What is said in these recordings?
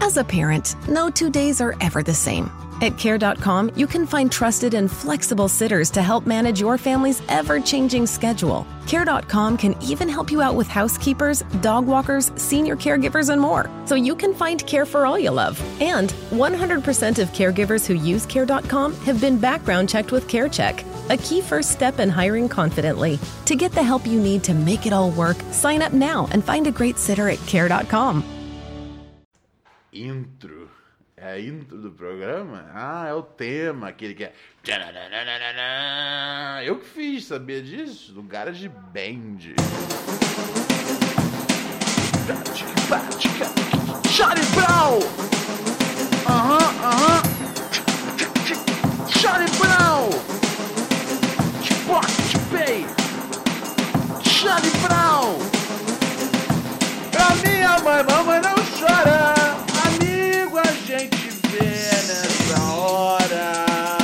As a parent, no 2 days are ever the same. At Care.com, you can find trusted and flexible sitters to help manage your family's ever-changing schedule. Care.com can even help you out with housekeepers, dog walkers, senior caregivers, and more, so you can find care for all you love. And 100% of caregivers who use Care.com have been background checked with CareCheck, a key first step in hiring confidently. To get the help you need to make it all work, sign up now and find a great sitter at Care.com. Intro. É a intro do programa? Ah, é o tema, aquele que é... Eu que fiz, sabia disso? Do GarageBand. Charlie Brown! Charlie Brown! Pay! Charlie Brown! Pra minha mãe, mamãe não chora! Amigo, a gente vê nessa hora.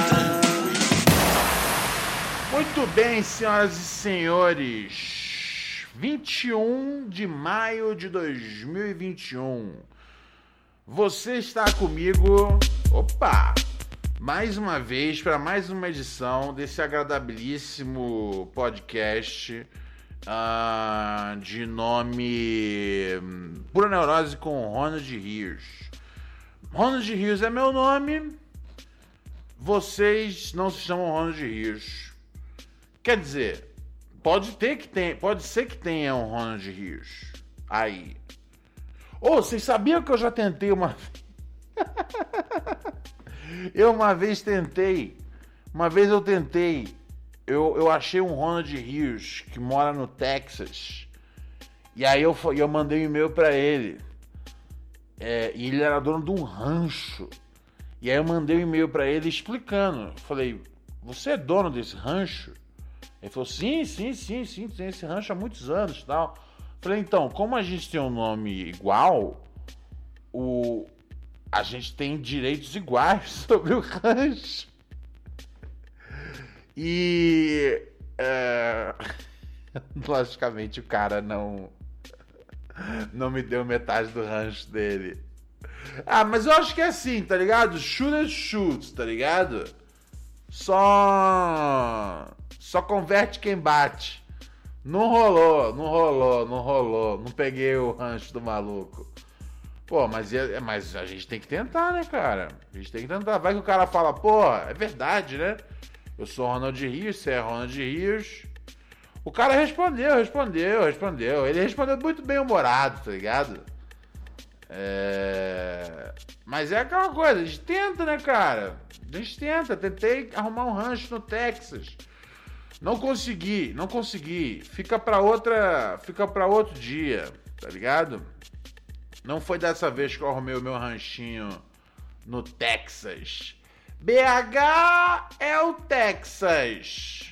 Muito bem, senhoras e senhores. 21 de maio de 2021. Você está comigo, mais uma vez, para mais uma edição desse agradabilíssimo podcast de nome Pura Neurose com Ronald Rios. Ronald Rios é meu nome. Vocês não se chamam Ronald Rios. Quer dizer, pode ser que tenha um Ronald Rios aí. Vocês sabiam que eu já tentei uma... Uma vez eu tentei. Eu achei um Ronald Rios que mora no Texas. E aí eu mandei um e-mail pra ele. E ele era dono de um rancho. E aí eu mandei um e-mail pra ele explicando. Falei, você é dono desse rancho? Ele falou, sim, tem esse rancho há muitos anos e tal. Falei, então, como a gente tem um nome igual, a gente tem direitos iguais sobre o rancho. E logicamente o cara não me deu metade do rancho dele. Mas eu acho que é assim, tá ligado? Shoot, tá ligado? Só converte quem bate. Não rolou. Não peguei o rancho do maluco. Mas a gente tem que tentar, né, cara? A gente tem que tentar. Vai que o cara fala, é verdade, né? Eu sou Ronald Rios, você é Ronald Rios. O cara respondeu. Ele respondeu muito bem humorado, tá ligado? Mas é aquela coisa, a gente tenta, né, cara? A gente tenta. Tentei arrumar um rancho no Texas. Não consegui. Fica pra outro dia, tá ligado? Não foi dessa vez que eu arrumei o meu ranchinho no Texas. BH é o Texas.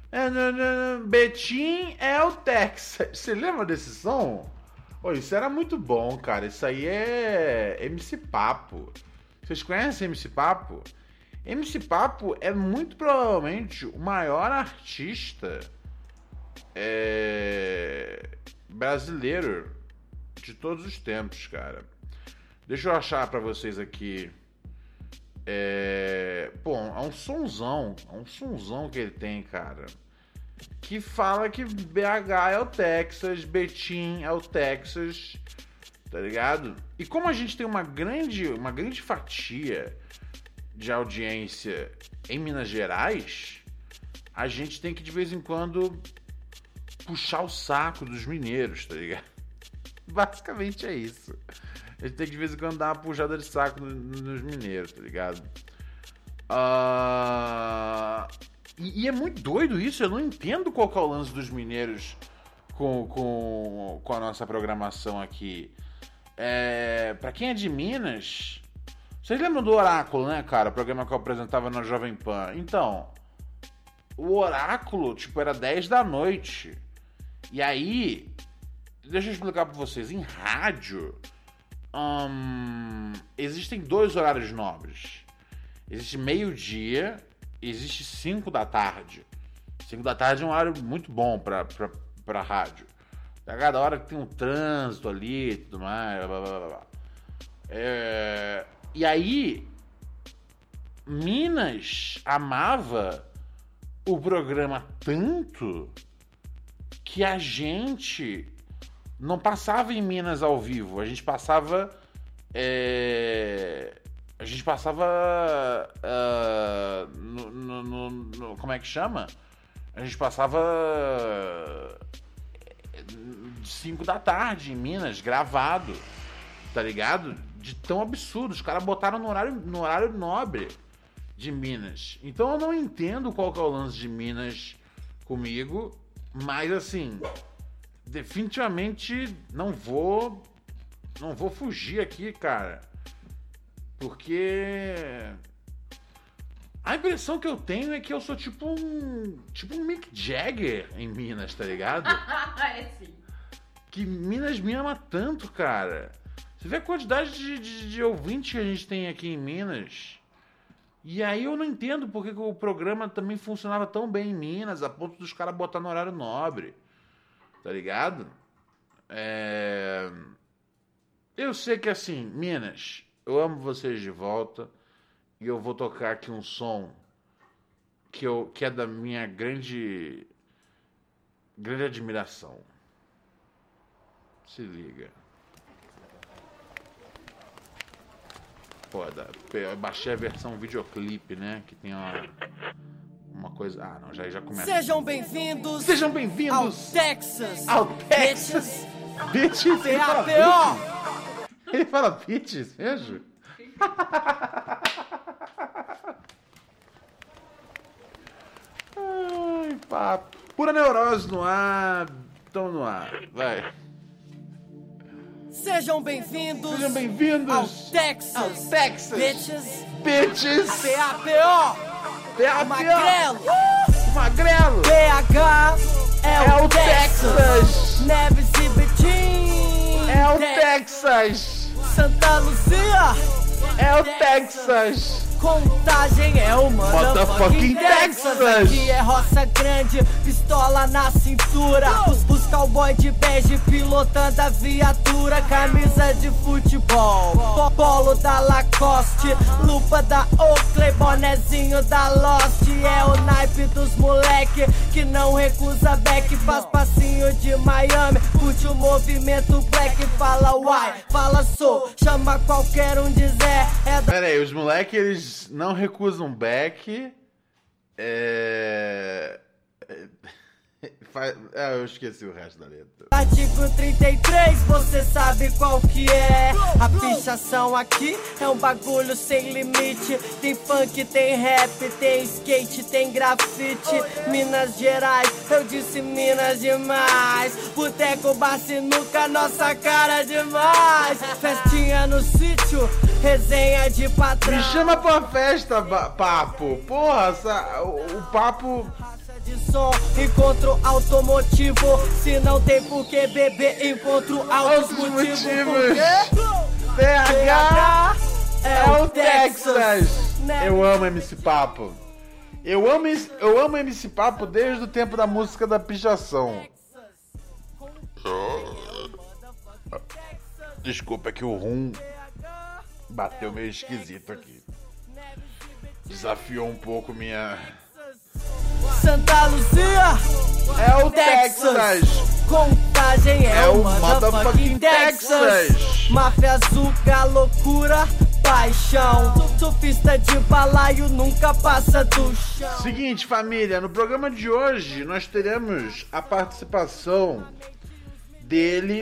Betim é o Texas. Você lembra desse som? Isso era muito bom, cara. Isso aí é MC Papo. Vocês conhecem MC Papo? MC Papo é muito provavelmente o maior artista brasileiro de todos os tempos, cara. Deixa eu achar pra vocês aqui. É um sonzão que ele tem, cara, que fala que BH é o Texas, Betim é o Texas, tá ligado? E como a gente tem uma grande fatia de audiência em Minas Gerais, a gente tem que de vez em quando puxar o saco dos mineiros, tá ligado? Basicamente é isso. A gente tem que de vez em quando dar uma puxada de saco nos mineiros, tá ligado? E é muito doido isso. Eu não entendo qual que é o lance dos mineiros com a nossa programação aqui. Pra quem é de Minas, vocês lembram do Oráculo, né, cara? O programa que eu apresentava na Jovem Pan. Então, o Oráculo, era 10 da noite. E aí, deixa eu explicar pra vocês. Em rádio... existem 2 horários nobres. Existe meio-dia, existe 5 da tarde. 5 da tarde é um horário muito bom pra rádio. A cada hora que tem um trânsito ali e tudo mais, blá, blá, blá. E aí, Minas amava o programa tanto que a gente não passava em Minas ao vivo. A gente passava... como é que chama? A gente passava 5 da tarde em Minas, gravado, tá ligado? De tão absurdo. Os caras botaram no horário nobre de Minas. Então eu não entendo qual que é o lance de Minas comigo, mas assim, definitivamente não vou fugir aqui, cara. Porque a impressão que eu tenho é que eu sou tipo um Mick Jagger em Minas, tá ligado? É sim. Que Minas me ama tanto, cara. Você vê a quantidade de ouvintes que a gente tem aqui em Minas. E aí eu não entendo porque que o programa também funcionava tão bem em Minas, a ponto dos caras botar no horário nobre. Tá ligado? Eu sei que assim, Minas, eu amo vocês de volta. E eu vou tocar aqui um som que é da minha grande admiração. Se liga. Pô, eu baixei a versão videoclipe, né? Que tem uma coisa... Ah, não, já começa. Sejam bem-vindos ao Texas. Bitches. P-A-P-O. Ele fala bitches, vejo? Ai, papo. Pura neurose no ar. Tamo no ar. Vai. Sejam bem-vindos ao Texas. Bitches. P-A-P-O. Magrelo. PH é o Texas. Neves e Betim. É o Texas. Santa Luzia. É o Texas. Contagem é o motherfucking Texas. Aqui é roça grande, pistola na cintura. Os cowboy de bege pilotando a viatura. Camisa de futebol, polo da Lacoste, lupa da Oakley, bonezinho da Lost. É o naipe dos moleque que não recusa back. Faz passinho de Miami, curte o movimento black. Fala uai, fala sou, chama qualquer um de Zé. Pera aí, os moleque eles não recusam back. Eu esqueci o resto da letra. Artigo 33, você sabe qual que é. A pichação aqui é um bagulho sem limite. Tem funk, tem rap, tem skate, tem grafite. Minas Gerais, eu disse Minas demais. Boteco, bar, sinuca, nossa cara demais. Festinha no sítio, resenha de patrão. Me chama pra festa, papo. Porra, o papo... De som, encontro automotivo. Se não tem por que beber, encontro altos motivos. PH é o Texas. Eu amo MC Papo. Eu amo MC Papo desde o tempo da música da pichação. Desculpa, é que o rum bateu meio esquisito aqui. Desafiou um pouco minha... Santa Luzia é o Texas. Contagem é o motherfucking Texas. Máfia azul, loucura, paixão. Surfista de balaio nunca passa do chão. Seguinte, família, no programa de hoje nós teremos a participação dele,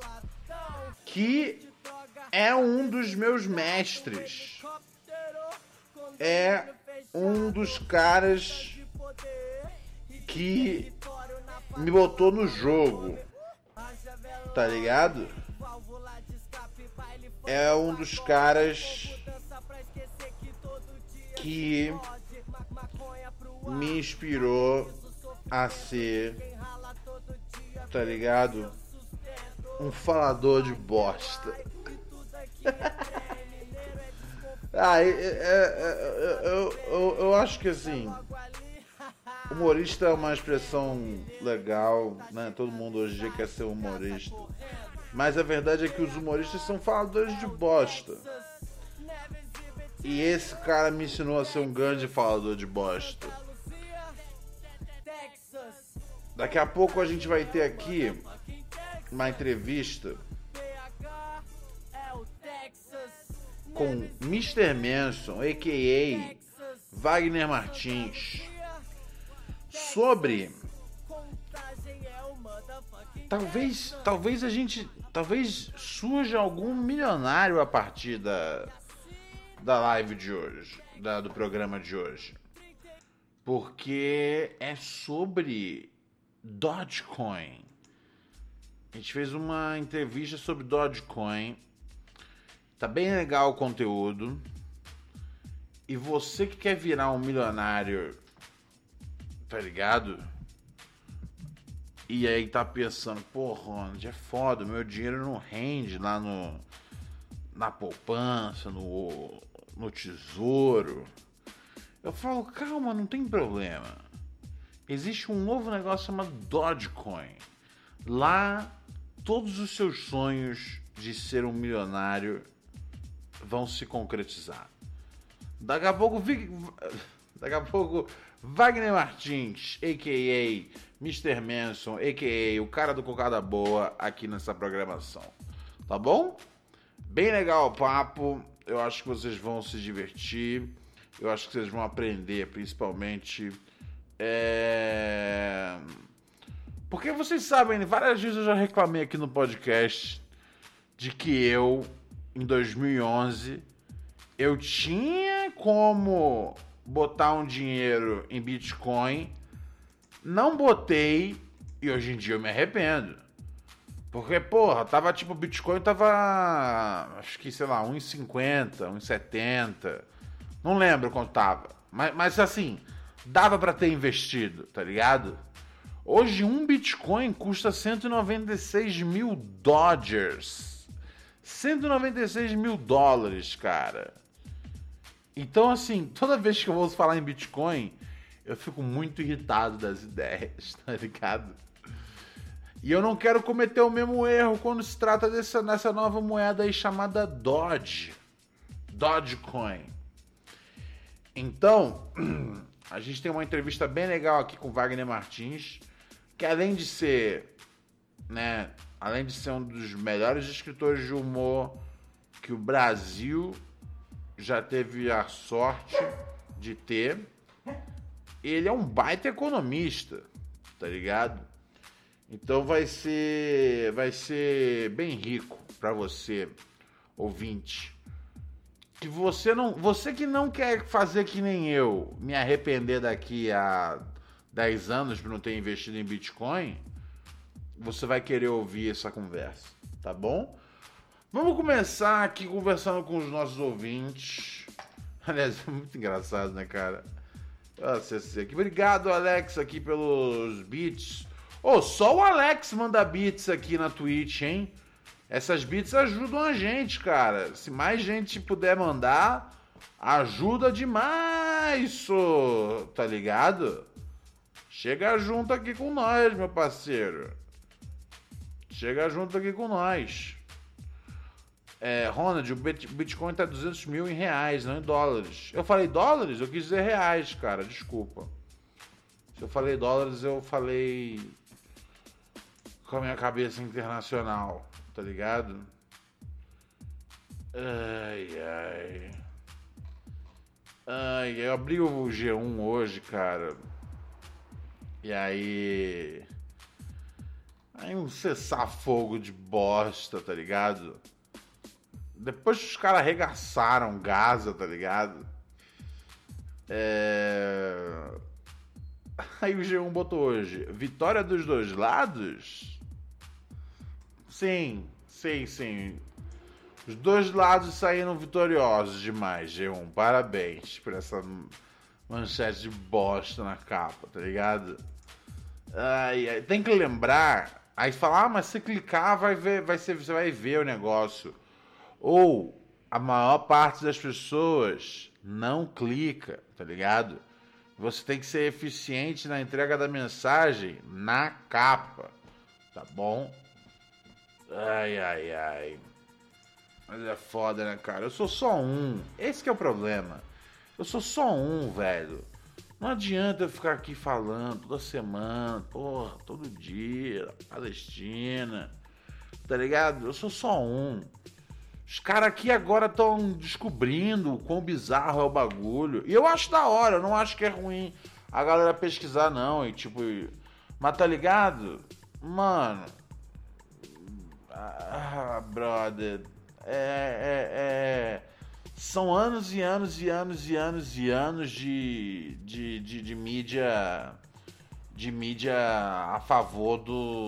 que é um dos meus mestres. É um dos caras que me botou no jogo, tá ligado? É um dos caras que me inspirou a ser, tá ligado? Um falador de bosta. Eu acho que assim, humorista é uma expressão legal, né? Todo mundo hoje em dia quer ser humorista. Mas a verdade é que os humoristas são faladores de bosta. E esse cara me ensinou a ser um grande falador de bosta. Daqui a pouco a gente vai ter aqui uma entrevista com Mr. Manson, a.k.a. Wagner Martins, sobre talvez surja algum milionário a partir da live de hoje, do programa de hoje, porque é sobre Dogecoin. A gente fez uma entrevista sobre Dogecoin. Tá bem legal o conteúdo. E você que quer virar um milionário, tá ligado? E aí tá pensando, pô, Ronald, é foda, meu dinheiro não rende lá na poupança, no tesouro. Eu falo, calma, não tem problema. Existe um novo negócio chamado Dogecoin. Lá, todos os seus sonhos de ser um milionário vão se concretizar. Daqui a pouco, Wagner Martins, a.k.a. Mr. Manson, a.k.a. o cara do Cocada Boa, aqui nessa programação. Tá bom? Bem legal o papo. Eu acho que vocês vão se divertir. Eu acho que vocês vão aprender, principalmente. Porque vocês sabem, várias vezes eu já reclamei aqui no podcast de que eu, em 2011, eu tinha como botar um dinheiro em Bitcoin, não botei, e hoje em dia eu me arrependo. Porque, porra, tava tipo, o Bitcoin tava, acho que, sei lá, 1,50, 1,70, não lembro quanto tava, mas assim, dava pra ter investido, tá ligado? Hoje um Bitcoin custa 196 mil Dodgers. 196 mil dólares, cara. Então, assim, toda vez que eu vou falar em Bitcoin, eu fico muito irritado das ideias, tá ligado? E eu não quero cometer o mesmo erro quando se trata dessa nova moeda aí chamada Dogecoin. Então, a gente tem uma entrevista bem legal aqui com o Wagner Martins, que além de ser um dos melhores escritores de humor que o Brasil já teve a sorte de ter, ele é um baita economista, tá ligado? Então vai ser bem rico pra você, ouvinte. Que você que não quer fazer que nem eu, me arrepender daqui a 10 anos por não ter investido em Bitcoin, você vai querer ouvir essa conversa, tá bom? Vamos começar aqui conversando com os nossos ouvintes. Aliás, é muito engraçado, né, cara? Aqui. Obrigado, Alex, aqui pelos beats. Só o Alex manda beats aqui na Twitch, hein? Essas beats ajudam a gente, cara. Se mais gente puder mandar, ajuda demais, tá ligado? Chega junto aqui com nós, meu parceiro. Chega junto aqui com nós. Ronald, o Bitcoin tá 200 mil em reais, não em dólares. Eu falei dólares? Eu quis dizer reais, cara. Desculpa. Se eu falei dólares, eu falei com a minha cabeça internacional. Tá ligado? Eu abri o G1 hoje, cara. E aí um cessar-fogo de bosta, tá ligado? Depois que os caras arregaçaram Gaza, tá ligado? Aí o G1 botou hoje: vitória dos dois lados? Sim. Os dois lados saíram vitoriosos demais, G1. Parabéns por essa manchete de bosta na capa, tá ligado? Tem que lembrar. Aí fala, mas se clicar, você vai ver o negócio. Ou a maior parte das pessoas não clica, tá ligado? Você tem que ser eficiente na entrega da mensagem na capa, tá bom? Ai. Mas é foda, né, cara? Eu sou só um. Esse que é o problema. Eu sou só um, velho. Não adianta eu ficar aqui falando toda semana, porra, todo dia, Palestina, tá ligado? Eu sou só um. Os caras aqui agora estão descobrindo o quão bizarro é o bagulho. E eu acho da hora, eu não acho que é ruim a galera pesquisar, não. E tipo, mas tá ligado? Mano. Brother. São anos e anos e anos e anos e anos de mídia. De mídia a favor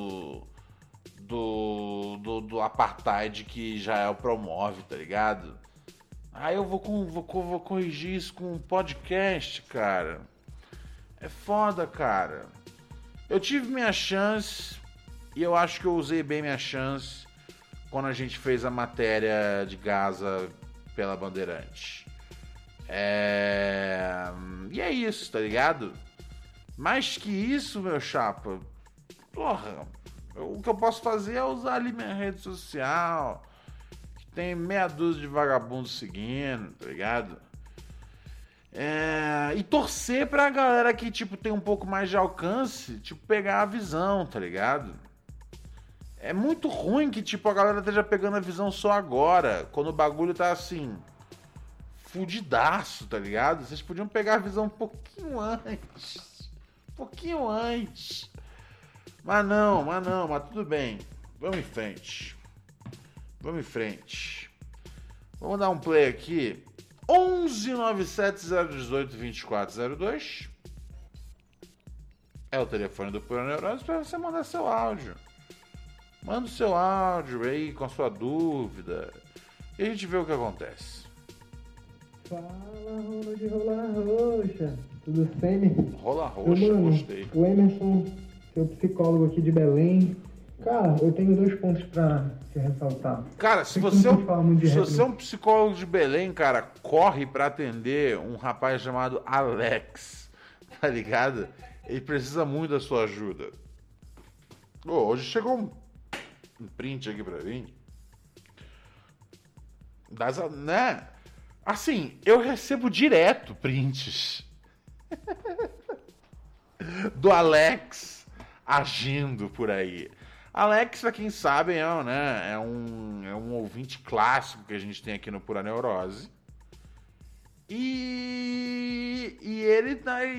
do apartheid que Israel promove, tá ligado? Aí eu vou corrigir isso com um podcast, cara. É foda, cara. Eu tive minha chance e eu acho que eu usei bem minha chance quando a gente fez a matéria de Gaza pela Bandeirante. E é isso, tá ligado? Mais que isso, meu chapa, porra, o que eu posso fazer é usar ali minha rede social, que tem meia dúzia de vagabundos seguindo, tá ligado? E torcer pra galera que, tipo, tem um pouco mais de alcance, tipo, pegar a visão, tá ligado? É muito ruim que, tipo, a galera esteja pegando a visão só agora, quando o bagulho tá, assim, fudidaço, tá ligado? Vocês podiam pegar a visão um pouquinho antes. Mas tudo bem. Vamos em frente. Vamos dar um play aqui. 1197-018-2402 é o telefone do Pura Neurose para você mandar seu áudio. Manda o seu áudio aí com a sua dúvida e a gente vê o que acontece. Fala, Rola Roxa. Tudo bem? Rola Roxa, gostei. O Emerson, seu psicólogo aqui de Belém. Cara, eu tenho 2 pontos pra te ressaltar. Cara, se você é um psicólogo de Belém, cara, corre pra atender um rapaz chamado Alex, tá ligado? Ele precisa muito da sua ajuda. Hoje chegou um print aqui pra mim. Né? Assim, eu recebo direto prints do Alex agindo por aí. Alex, pra quem sabe, é um ouvinte clássico que a gente tem aqui no Pura Neurose. E ele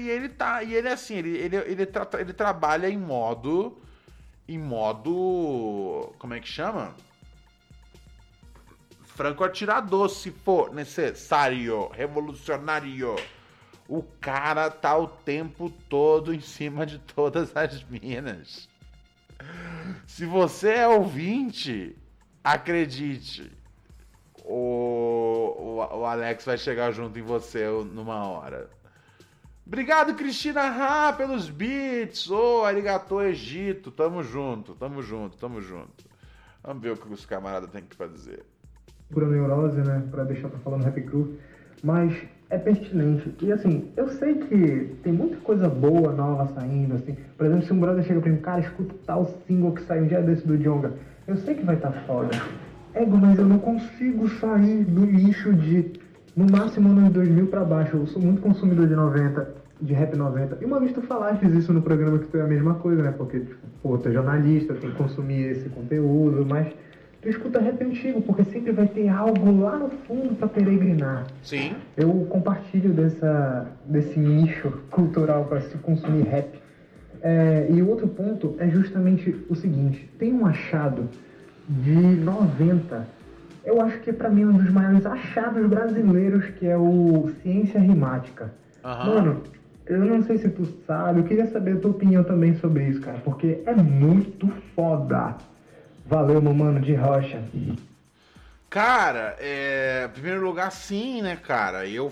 trabalha em modo, como é que chama? Franco atirador, se for necessário, revolucionário. O cara tá o tempo todo em cima de todas as minas. Se você é ouvinte, acredite, o Alex vai chegar junto em você numa hora. Obrigado, Cristina Rá, pelos beats. Arigato, Egito. Tamo junto. Vamos ver o que os camaradas têm pra dizer. Pura Neurose, né? Pra deixar pra falar no Rap Crew. Mas é pertinente. E assim, eu sei que tem muita coisa boa nova saindo, assim. Por exemplo, se um brother chega pra mim, cara, escuta tal single que saiu um dia desse do Djonga. Eu sei que vai estar foda. Mas eu não consigo sair do nicho de, no máximo, anos 2000 pra baixo. Eu sou muito consumidor de 90, de rap 90. E uma vez tu falaste isso no programa que tu é a mesma coisa, né? Porque, tipo, tu é jornalista, tem que consumir esse conteúdo, mas tu escuta rap antigo, porque sempre vai ter algo lá no fundo pra peregrinar. Sim. Eu compartilho desse nicho cultural para se consumir rap. E o outro ponto é justamente o seguinte: tem um achado de 90, eu acho que pra mim um dos maiores achados brasileiros, que é o Ciência Rimática. Mano, eu não sei se tu sabe, eu queria saber a tua opinião também sobre isso, cara, porque é muito foda. Valeu, meu mano de rocha. Cara, em primeiro lugar, sim, né, cara? Eu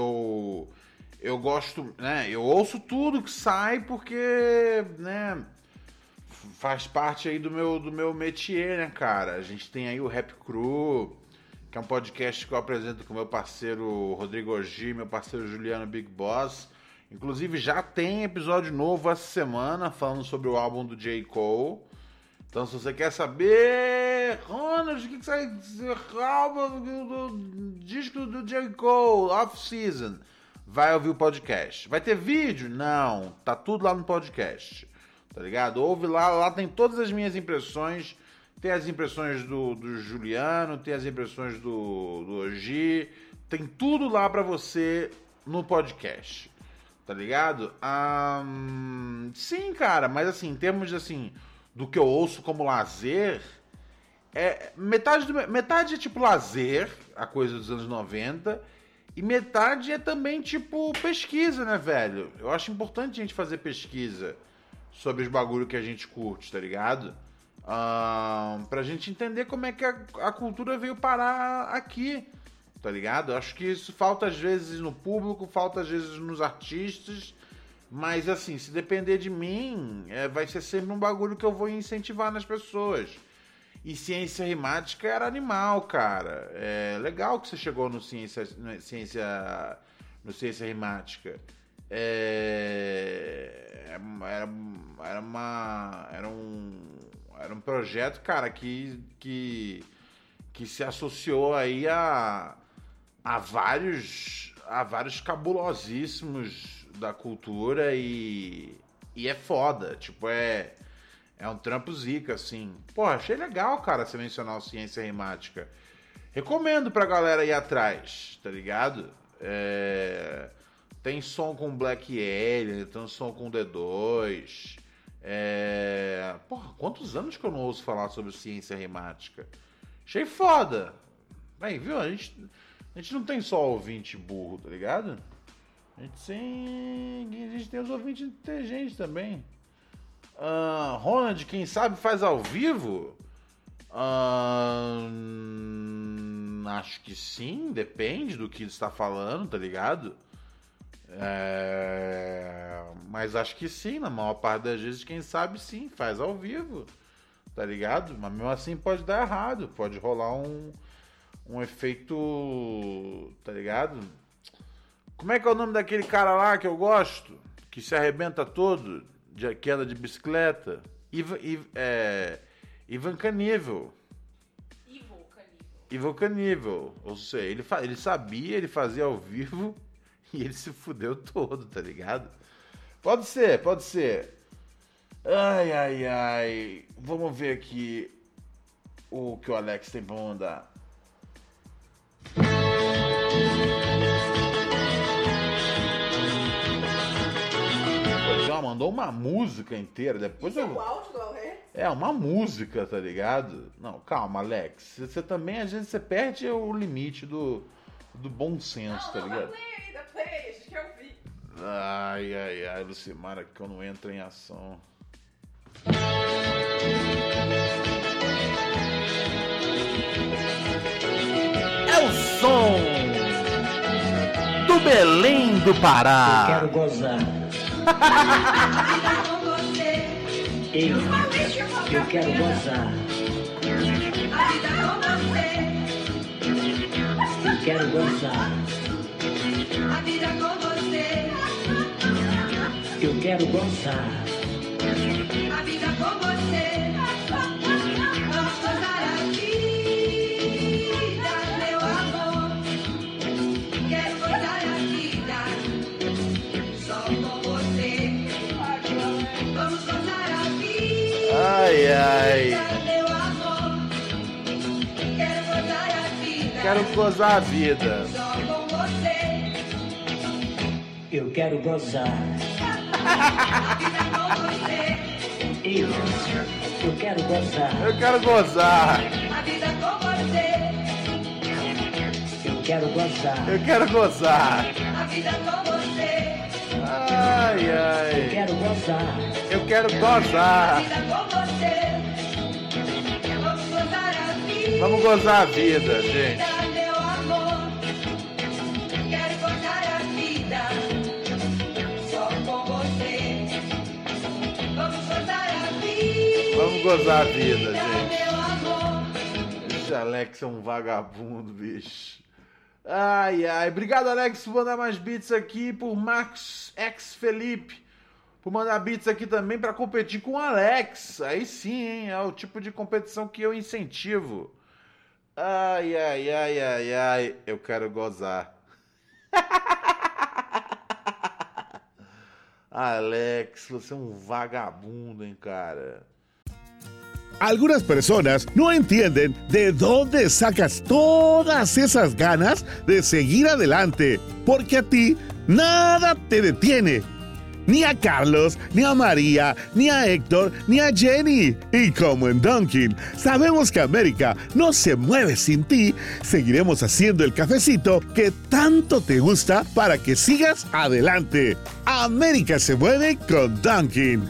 gosto, né? Eu ouço tudo que sai porque, né, faz parte aí do meu métier, né, cara? A gente tem aí o Rap Crew, que é um podcast que eu apresento com meu parceiro Rodrigo Ogi, meu parceiro Juliano Big Boss. Inclusive, já tem episódio novo essa semana falando sobre o álbum do J. Cole. Então, se você quer saber, Ronald, o que sai do disco do J. Cole, Off-Season, vai ouvir o podcast. Vai ter vídeo? Não, tá tudo lá no podcast, tá ligado? Ouve lá tem todas as minhas impressões, tem as impressões do Juliano, tem as impressões do Ogi, tem tudo lá pra você no podcast, tá ligado? Sim, cara, mas assim, em termos de assim... do que eu ouço como lazer, metade é tipo lazer, a coisa dos anos 90, e metade é também tipo pesquisa, né, velho? Eu acho importante a gente fazer pesquisa sobre os bagulho que a gente curte, tá ligado? Pra gente entender como é que a cultura veio parar aqui, tá ligado? Eu acho que isso falta às vezes no público, falta às vezes nos artistas. Mas assim, se depender de mim, vai ser sempre um bagulho que eu vou incentivar nas pessoas. E ciência rimática era animal, cara. É legal que você chegou no ciência rimática. Era um projeto, cara, que se associou aí a vários cabulosíssimos da cultura e é foda, tipo, é um trampo zica, assim. Pô, achei legal, cara, você mencionar o ciência rimática. Recomendo pra galera ir atrás, tá ligado? Tem som com Black Alien, tem som com D2. Porra, quantos anos que eu não ouço falar sobre ciência rimática? Achei foda. Bem, viu? A gente não tem só ouvinte burro, tá ligado? A gente tem os ouvintes inteligentes também. Ronald, quem sabe faz ao vivo? Acho que sim, depende do que está falando, tá ligado? Mas acho que sim, na maior parte das vezes, quem sabe sim, faz ao vivo, tá ligado? Mas mesmo assim pode dar errado, pode rolar um efeito, tá ligado? Como é que é o nome daquele cara lá que eu gosto? Que se arrebenta todo, que anda de bicicleta? Ivan Canível. Ivan Canível. Ou seja, ele sabia, ele fazia ao vivo e ele se fudeu todo, tá ligado? Pode ser. Ai. Vamos ver aqui o que o Alex tem pra mandar. Mandou uma música inteira, depois Isso é o áudio do Alré? uma música, tá ligado? Não, calma, Alex, você também, às vezes, você perde o limite do bom senso, tá ligado? Dá play, a gente quer ouvir. Ai, Lucimara, que eu não entro em ação. É o som do Belém do Pará. Eu quero gozar. Eu quero gozar. Eu quero gozar. Eu quero gozar. A vida com você. Vamos gozar a vida, meu amor. Quero gozar a vida só com você. Vamos gozar a vida, Ai. meu amor. Quero gozar a vida. Quero gozar a vida. Só com você. Eu quero gozar. A vida com você. Eu quero gozar. Eu quero gozar. A vida com você. Eu quero gozar. Eu quero gozar. A vida com você. Ai. Eu quero gozar. Eu quero A gozar. vida com você. Vamos gozar a vida. Vamos gozar a vida, gente. Meu amor. Quero gozar a vida só com você. Vamos gozar a vida. Vamos gozar a vida, gente. Meu amor. Esse Alex é um vagabundo, bicho. Ai. Obrigado, Alex, por mandar mais beats aqui. Por Marcos X Felipe, Vou mandar beats aqui também pra competir com o Alex. Aí sim, hein? É o tipo de competição que eu incentivo. Ai, ai, ai, ai, ai. Eu quero gozar. Alex, você é um vagabundo, hein, cara? Algunas personas no entienden de dónde sacas todas esas ganas de seguir adelante, porque a ti nada te detiene. Ni a Carlos, ni a María, ni a Héctor, ni a Jenny. Y como en Dunkin' sabemos que América no se mueve sin ti, seguiremos haciendo el cafecito que tanto te gusta para que sigas adelante. América se mueve con Dunkin'.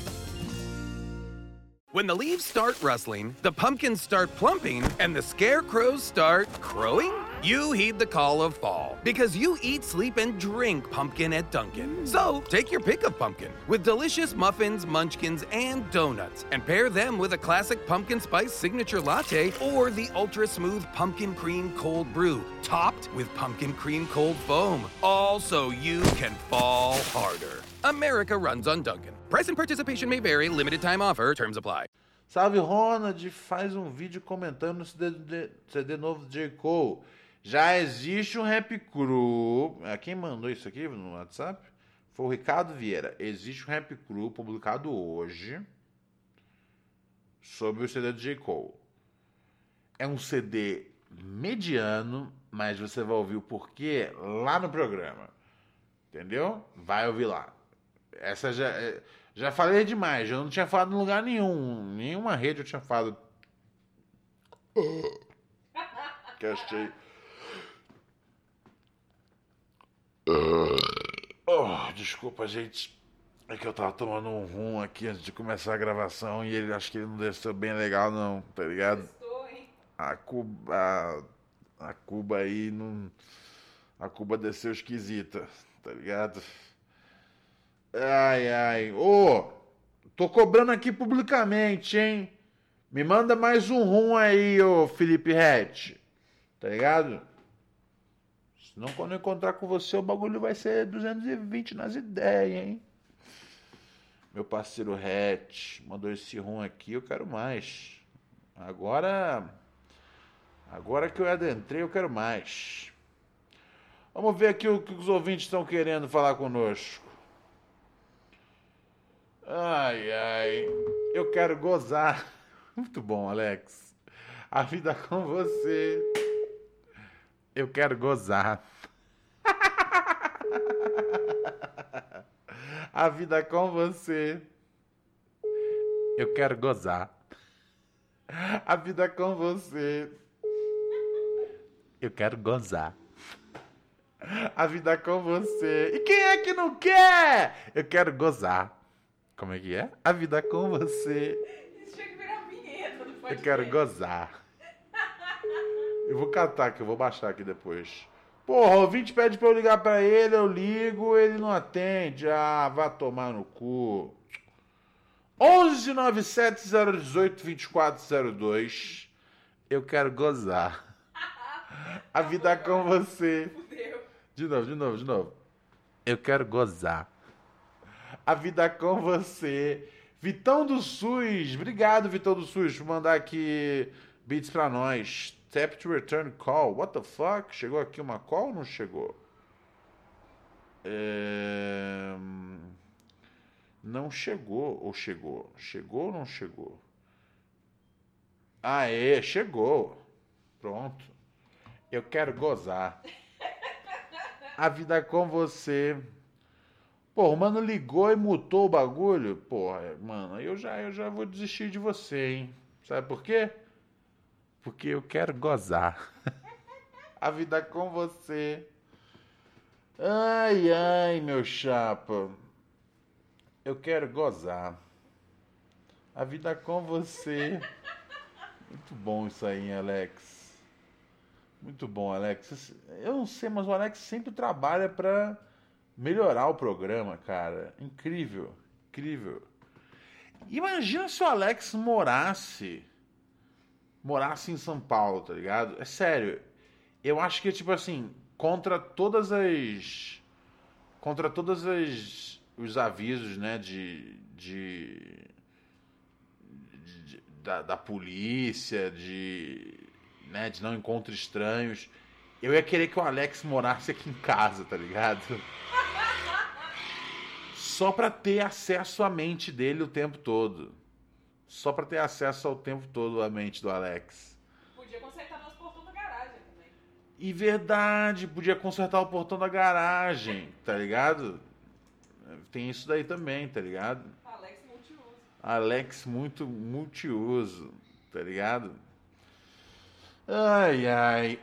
When the leaves start rustling, the pumpkins start plumping, and the scarecrows start crowing, you heed the call of fall, because you eat, sleep, and drink pumpkin at Dunkin'. So, take your pick of pumpkin, with delicious muffins, munchkins, and donuts, and pair them with a classic pumpkin spice signature latte or the ultra-smooth pumpkin cream cold brew, topped with pumpkin cream cold foam, all so you can fall harder. America runs on Dunkin'. Price and participation may vary. Limited time offer. Terms apply. Salve, Ronald. Faz um vídeo comentando no CD novo do J. Cole. Já existe um Rap Crew. Quem mandou isso aqui no WhatsApp? Foi o Ricardo Vieira. Existe um Rap Crew publicado hoje sobre o CD do J. Cole. É um CD mediano, mas você vai ouvir o porquê lá no programa. Entendeu? Vai ouvir lá. Essa já falei demais, eu não tinha falado em lugar nenhum. Nenhuma rede eu tinha falado. Que achei. Desculpa, gente. É que eu tava tomando um rum aqui antes de começar a gravação e acho que ele não desceu bem legal, não, tá ligado? Estou, hein? A Cuba aí não. A Cuba desceu esquisita, tá ligado? Ai, ai. Ô, tô cobrando aqui publicamente, hein? Me manda mais um rum aí, ô Felipe Rett. Tá ligado? Senão quando eu encontrar com você, o bagulho vai ser 220 nas ideias, hein? Meu parceiro Rett mandou esse rum aqui, eu quero mais. Agora que eu adentrei, eu quero mais. Vamos ver aqui o que os ouvintes estão querendo falar conosco. Ai, ai. Eu quero gozar. Muito bom, Alex. A vida com você. Eu quero gozar. A vida com você. Eu quero gozar. A vida com você. Eu quero gozar. A vida com você. E quem é que não quer? Eu quero gozar. Como é que é? A vida com você. Isso tinha que virar vinheta do podcast. Eu quero gozar. Eu vou catar aqui, eu vou baixar aqui depois. Porra, o ouvinte pede pra eu ligar pra ele, eu ligo, ele não atende. Ah, vá tomar no cu. 1197-018-2402. Eu quero gozar. A vida com você. De novo. Eu quero gozar. A vida com você. Vitão do SUS. Obrigado, Vitão do SUS, por mandar aqui beats pra nós. Tap to return call. What the fuck? Chegou aqui uma call ou não chegou? Não chegou. Ou chegou? Chegou ou não chegou? Aê, chegou. Pronto. Eu quero gozar. A vida com você. Pô, o mano ligou e mutou o bagulho. Porra, mano, eu já vou desistir de você, hein? Sabe por quê? Porque eu quero gozar. A vida com você. Ai, ai, meu chapa. Eu quero gozar. A vida com você. Muito bom isso aí, hein, Alex? Muito bom, Alex. Eu não sei, mas o Alex sempre trabalha pra melhorar o programa, cara. Incrível, incrível. Imagina se o Alex morasse em São Paulo, tá ligado? É sério. Eu acho que, tipo assim, contra todas as os avisos, né, da polícia, né, de não encontro estranhos, eu ia querer que o Alex morasse aqui em casa, tá ligado? Só pra ter acesso à mente dele o tempo todo. Só pra ter acesso ao tempo todo à mente do Alex. Podia consertar nosso portão da garagem também. E verdade, podia consertar o portão da garagem, tá ligado? Tem isso daí também, tá ligado? Alex multiuso. Alex muito multiuso, tá ligado? Ai, ai.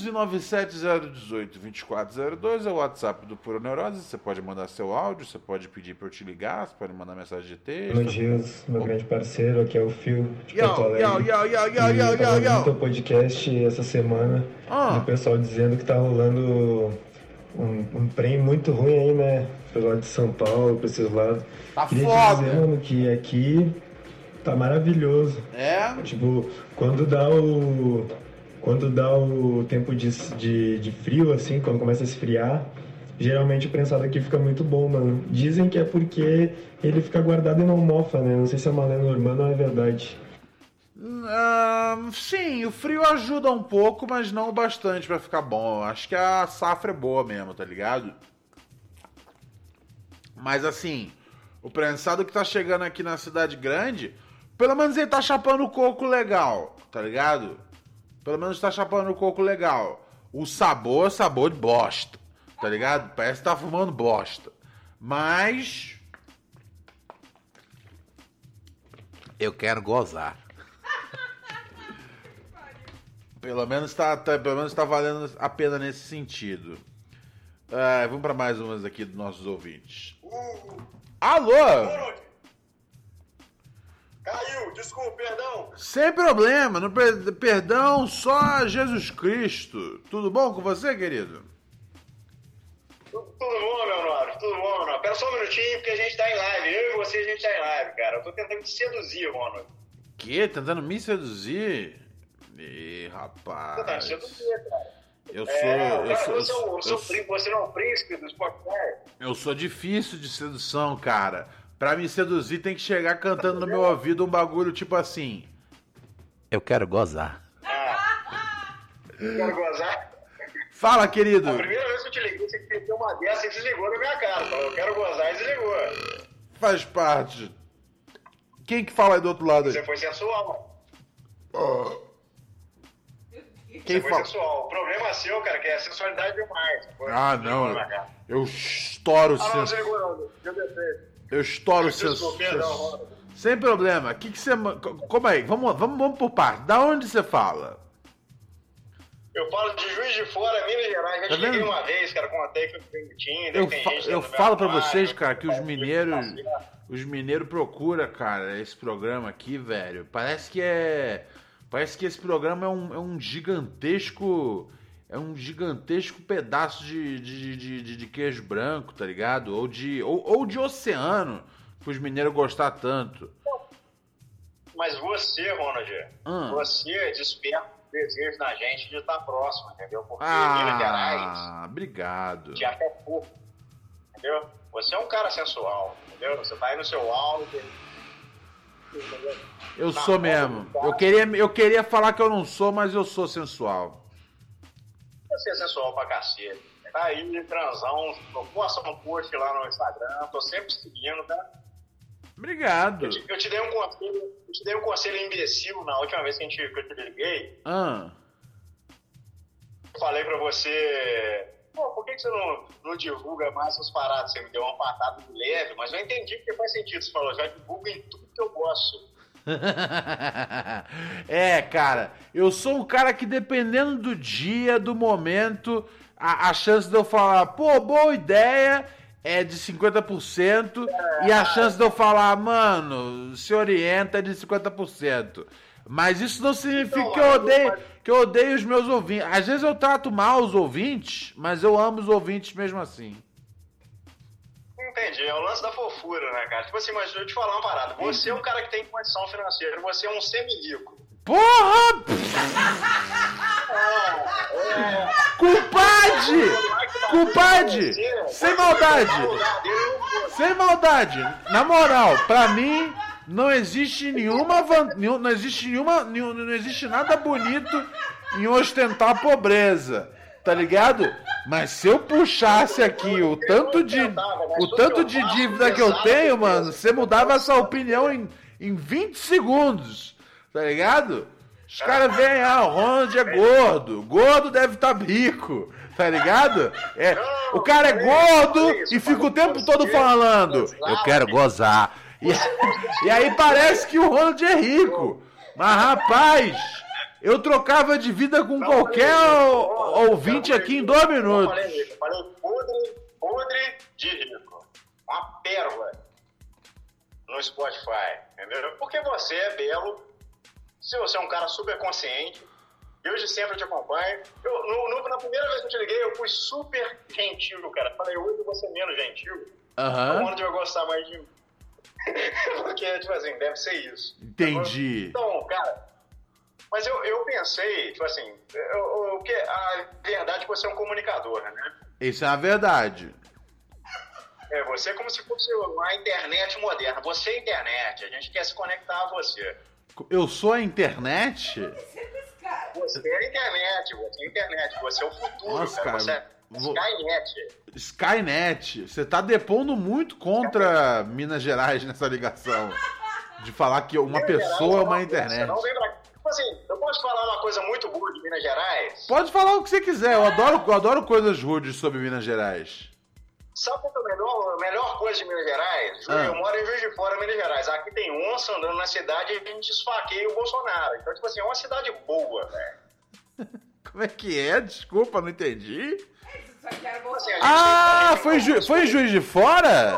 1197-018-2402 é o WhatsApp do Pura Neurose. Você pode mandar seu áudio, você pode pedir pra eu te ligar, você pode mandar mensagem de texto. Bom dias, meu grande parceiro, aqui é o Phil de Porto Alegre. Eu tava ouvindo teu podcast essa semana, do pessoal dizendo que tá rolando um prêmio muito ruim aí, né? Pelo lado de São Paulo, pra esses lados. Tá Queria foda. te dizer, mano, que aqui tá maravilhoso. É? Tipo, quando dá o tempo de frio, assim, quando começa a esfriar, geralmente o prensado aqui fica muito bom, mano. Dizem que é porque ele fica guardado e não mofa, né? Não sei se é uma lenda urbana ou é verdade. Sim, o frio ajuda um pouco, mas não o bastante pra ficar bom. Acho que a safra é boa mesmo, tá ligado? Mas assim, o prensado que tá chegando aqui na cidade grande, pelo menos ele tá chapando o coco legal, tá ligado? Pelo menos tá chapando o coco legal. O sabor é sabor de bosta, tá ligado? Parece que tá fumando bosta. Mas eu quero gozar. Pelo menos tá valendo a pena nesse sentido. Vamos para mais umas aqui dos nossos ouvintes. Alô? Caiu, desculpa, perdão. Sem problema, não perdão, só Jesus Cristo. Tudo bom com você, querido? Tudo bom, meu nobre, tudo bom, meu nobre. Pera só um minutinho, porque a gente tá em live. Eu e você, a gente tá em live, cara. Eu tô tentando te seduzir, mano. Que? Tentando me seduzir? Ih, rapaz. Você tá me seduzir, cara. Você não é um príncipe do Spotify? Eu sou difícil de sedução, cara. Pra me seduzir tem que chegar cantando no meu ouvido um bagulho tipo assim. Eu quero gozar. Eu quero gozar? Fala, querido. A primeira vez que eu te liguei, você fez uma dessa e desligou na minha cara. Eu quero gozar e desligou. Faz parte. Quem que fala aí do outro lado aí? Você foi sensual. Quem você foi fala? sensual. O problema é seu, cara, que é a sensualidade demais. Não. Eu estouro não, você ligou não. Eu estouro seus. Sem problema. Que você. Como aí? Vamos por parte. Da onde você fala? Eu falo de Juiz de Fora, Minas Gerais. Já te liguei uma vez, cara, com a técnica do Tinder. Eu falo pra vocês, cara, que os mineiros procuram, cara, esse programa aqui, velho. Parece que esse programa é um gigantesco. É um gigantesco pedaço de queijo branco, tá ligado? Ou de oceano, que os mineiros gostam tanto. Mas você, Ronald, você desperta o desejo na gente de estar próximo, entendeu? Porque Minas Gerais... obrigado. Te acha pouco, entendeu? Você é um cara sensual, entendeu? Você tá aí no seu auge. Eu sou mesmo. Eu queria falar que eu não sou, mas eu sou sensual. Você é sensual pra cacete. Tá aí, transão, posta um post lá no Instagram, tô sempre seguindo, tá? Obrigado. Eu te dei um conselho imbecil na última vez que eu te liguei. Eu falei pra você, por que você não divulga mais suas paradas? Você me deu uma patada de leve, mas eu entendi que faz sentido. Você falou, já divulga em tudo que eu gosto. Cara, eu sou um cara que dependendo do dia, do momento, a chance de eu falar, boa ideia, é de 50%, e a chance de eu falar, mano, se orienta é de 50%. Mas isso não significa que eu odeio os meus ouvintes. Às vezes eu trato mal os ouvintes, mas eu amo os ouvintes mesmo assim. Entendi, é o lance da fofura, né, cara? Tipo assim, mas deixa eu te falar uma parada. Você é um cara que tem condição financeira, você é um semi-rico. Porra! Culpade! Sem maldade! sem maldade, na moral, pra mim não existe não existe nada bonito em ostentar a pobreza, tá ligado? Mas se eu puxasse aqui o tanto de dívida que eu tenho, mano, você mudava essa opinião em 20 segundos, tá ligado? Os caras veem, o Ronald é gordo deve estar rico, tá ligado? O cara é gordo e fica o tempo todo falando, eu quero gozar. E aí parece que o Ronald é rico. Mas, rapaz, eu trocava de vida com qualquer ouvinte aqui em 2 minutos. Eu falei podre de rico. Uma pérola no Spotify, entendeu? Porque você é belo, se você é um cara super consciente, eu de sempre te acompanho. Na primeira vez que eu te liguei, eu fui super gentil, cara. Falei, hoje eu vou ser menos gentil. O Ronald vai gostar mais de mim. Porque, tipo assim, deve ser isso. Entendi. Então, cara, mas eu pensei, tipo assim, a verdade é que você é um comunicador, né? Isso é a verdade. Você é como se fosse uma internet moderna. Você é internet, a gente quer se conectar a você. Eu sou a internet? Você é a internet, você é o futuro. Nossa, cara. Você é Skynet. Você tá depondo muito contra Minas Gerais nessa ligação. De falar que uma pessoa é uma internet. Não vem pra... Tipo assim, eu posso falar uma coisa muito boa de Minas Gerais? Pode falar o que você quiser. Eu adoro coisas rudes sobre Minas Gerais. Sabe qual é a melhor coisa de Minas Gerais? Eu moro em Juiz de Fora, Minas Gerais. Aqui tem onça andando na cidade e a gente esfaqueia o Bolsonaro. Então, tipo assim, é uma cidade boa, velho. Como é que é? Desculpa, não entendi. Foi em Juiz de Fora?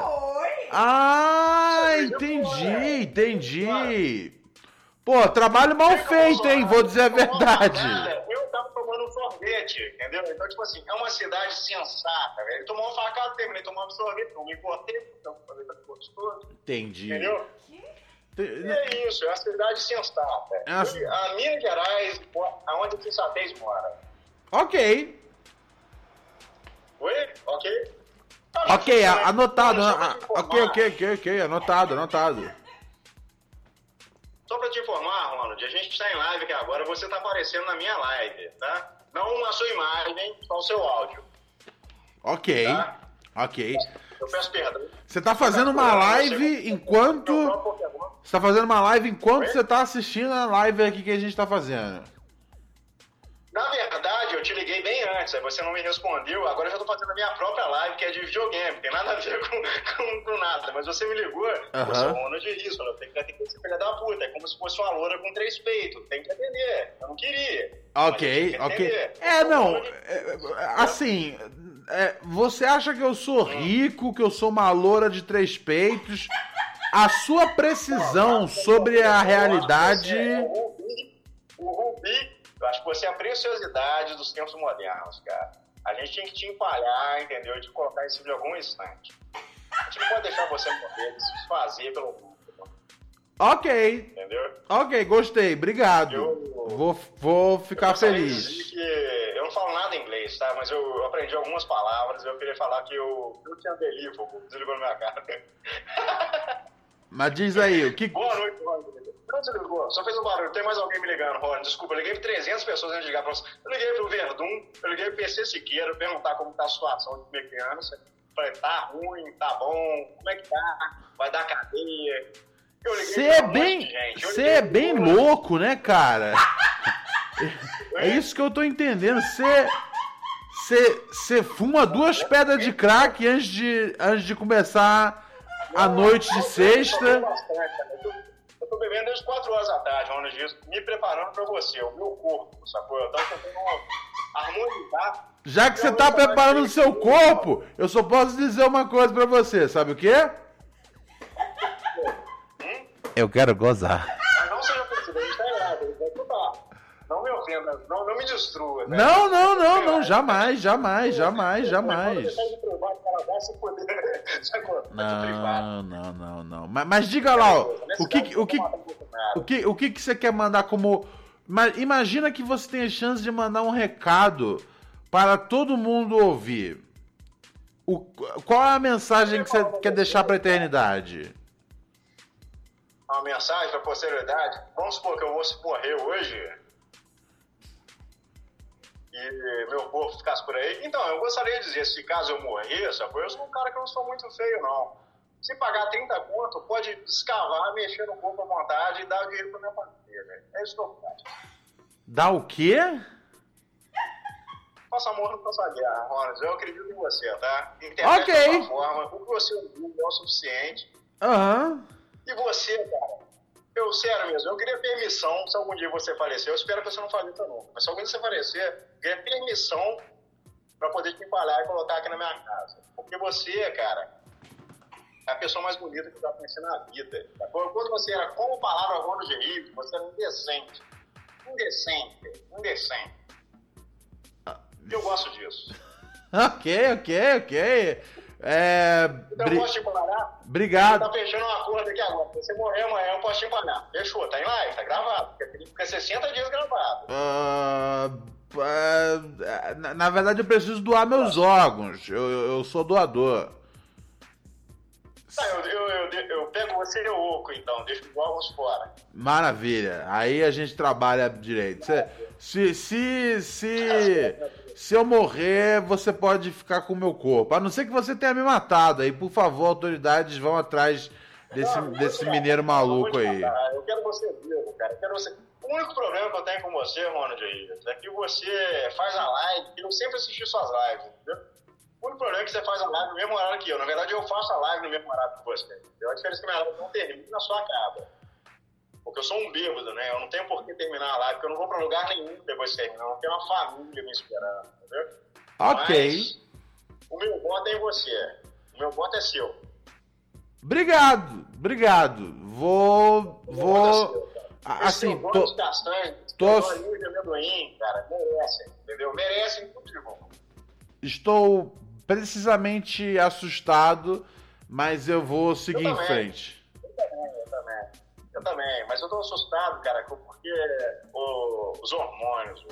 Foi. Entendi. Pô, trabalho mal feito, hein? Vou dizer a verdade. Eu tava tomando um sorvete, entendeu? Então, tipo assim, é uma cidade sensata, velho. Ele tomou uma facada, terminei tomando sorvete, não me importei, então falei pra gostoso. Entendi. Entendeu? E é isso, é uma cidade sensata. A Minas Gerais, aonde a sensatez mora. Ok. Oi? Ok? Ok, anotado. Ok, anotado. Só pra te informar, Ronald, a gente está em live aqui agora, você tá aparecendo na minha live, tá? Não a sua imagem, só o seu áudio. Ok, tá? Ok. Eu peço perdão. Você tá fazendo uma live enquanto... Você tá fazendo uma live enquanto você tá assistindo a live aqui que a gente tá fazendo. Na verdade, eu te liguei bem antes, aí você não me respondeu, agora eu já tô fazendo a minha própria live, que é de videogame, tem nada a ver com nada, mas você me ligou, eu sou Ronald de risco, eu tenho que atender esse filho da puta, é como se fosse uma loura com 3 peitos, tem que atender, eu não queria. Ok. Assim, você acha que eu sou rico, que eu sou uma loura de 3 peitos, a sua precisão sobre a realidade... O Rubi... Eu acho que você é a preciosidade dos tempos modernos, cara. A gente tinha que te empalhar, entendeu? De colocar isso de algum instante. A gente não pode deixar você morrer, se desfazer pelo mundo. Ok. Entendeu? Ok, gostei. Obrigado. Vou ficar feliz. Eu não falo nada em inglês, tá? Mas eu aprendi algumas palavras e eu queria falar que eu tinha delírio, desligou na minha cara. Mas diz aí, o que... Boa noite, Ronald. Não desligou, só fez um barulho. Tem mais alguém me ligando, Ronald. Desculpa, eu liguei para 300 pessoas antes de ligar para você. Eu liguei pro Verdun, eu liguei pro PC Siqueira, perguntar como tá a situação de minha criança. Falei, tá ruim, tá bom, como é que tá? Vai dar cadeia. Você é bem louco, né, cara? É isso que eu tô entendendo. Você fuma 2 pedras de crack antes de começar a noite de sexta. Eu tô bebendo desde 4 horas da tarde, Ronald, me preparando pra você, o meu corpo, sacou? Eu tava tentando harmonizar. Já que você tá preparando o seu corpo, eu só posso dizer uma coisa pra você, sabe o quê? Eu quero gozar. Mas não seja presidente, tá errado, não me ofenda, não me destrua. Né? Não, jamais. Não. Mas diga lá, ó, o que você quer mandar como... Imagina que você tem a chance de mandar um recado para todo mundo ouvir. Qual é a mensagem que você quer deixar pra eternidade? Uma mensagem pra posteridade? Vamos supor que eu vou morrer hoje e meu corpo ficasse por aí. Então, eu gostaria de dizer, se caso eu morresse, eu sou um cara que não sou muito feio, não. Se pagar 30 conto, pode escavar, mexer no corpo à vontade e dar o dinheiro pra minha família. É isso que eu faço. Dá o quê? Faça amor, não faça guerra, Ronald. Eu acredito em você, tá? Ok. De uma forma, o que você ouviu é o suficiente. Aham. E você, cara, sério mesmo, eu queria permissão, se algum dia você falecer, eu espero que você não faleça nunca, mas se algum dia você falecer, eu queria permissão pra poder te embalhar e colocar aqui na minha casa. Porque você, cara, é a pessoa mais bonita que eu já conheci na vida. Tá? Quando você era, como palavra Ronald de Rico, você era indecente. E eu gosto disso. Ok. Então eu posso te embalar? Obrigado. Você tá fechando um acordo aqui agora. Se você morrer amanhã, eu posso te embalar. Fechou, tá em live, tá gravado. Fica 60 dias gravado. Na verdade, eu preciso doar meus órgãos. Eu sou doador. Tá, eu pego você e eu oco, então. Deixo os órgãos fora. Maravilha. Aí a gente trabalha direito. Se eu morrer, você pode ficar com o meu corpo. A não ser que você tenha me matado. Aí, por favor, autoridades vão atrás desse mineiro maluco aí. Eu quero você vivo, cara. O único problema que eu tenho com você, Ronald, é que você faz a live, e eu sempre assisti suas lives, entendeu? O único problema é que você faz a live no mesmo horário que eu. Na verdade, eu faço a live no mesmo horário que você. Entendeu? A diferença é que minha live não termina na sua casa. Porque eu sou um bêbado, né? Eu não tenho por que terminar a live, porque eu não vou pra lugar nenhum depois de terminar. Eu não tenho uma família me esperando, entendeu? Ok. Mas o meu voto é em você. O meu voto é seu. Obrigado. Vou... Assim, tô... castanhas, olhinhos de amendoim, cara, merecem, entendeu? Merecem tudo de bom. Estou precisamente assustado, mas eu vou seguir em frente. Eu também, mas eu tô assustado, cara, porque os hormônios.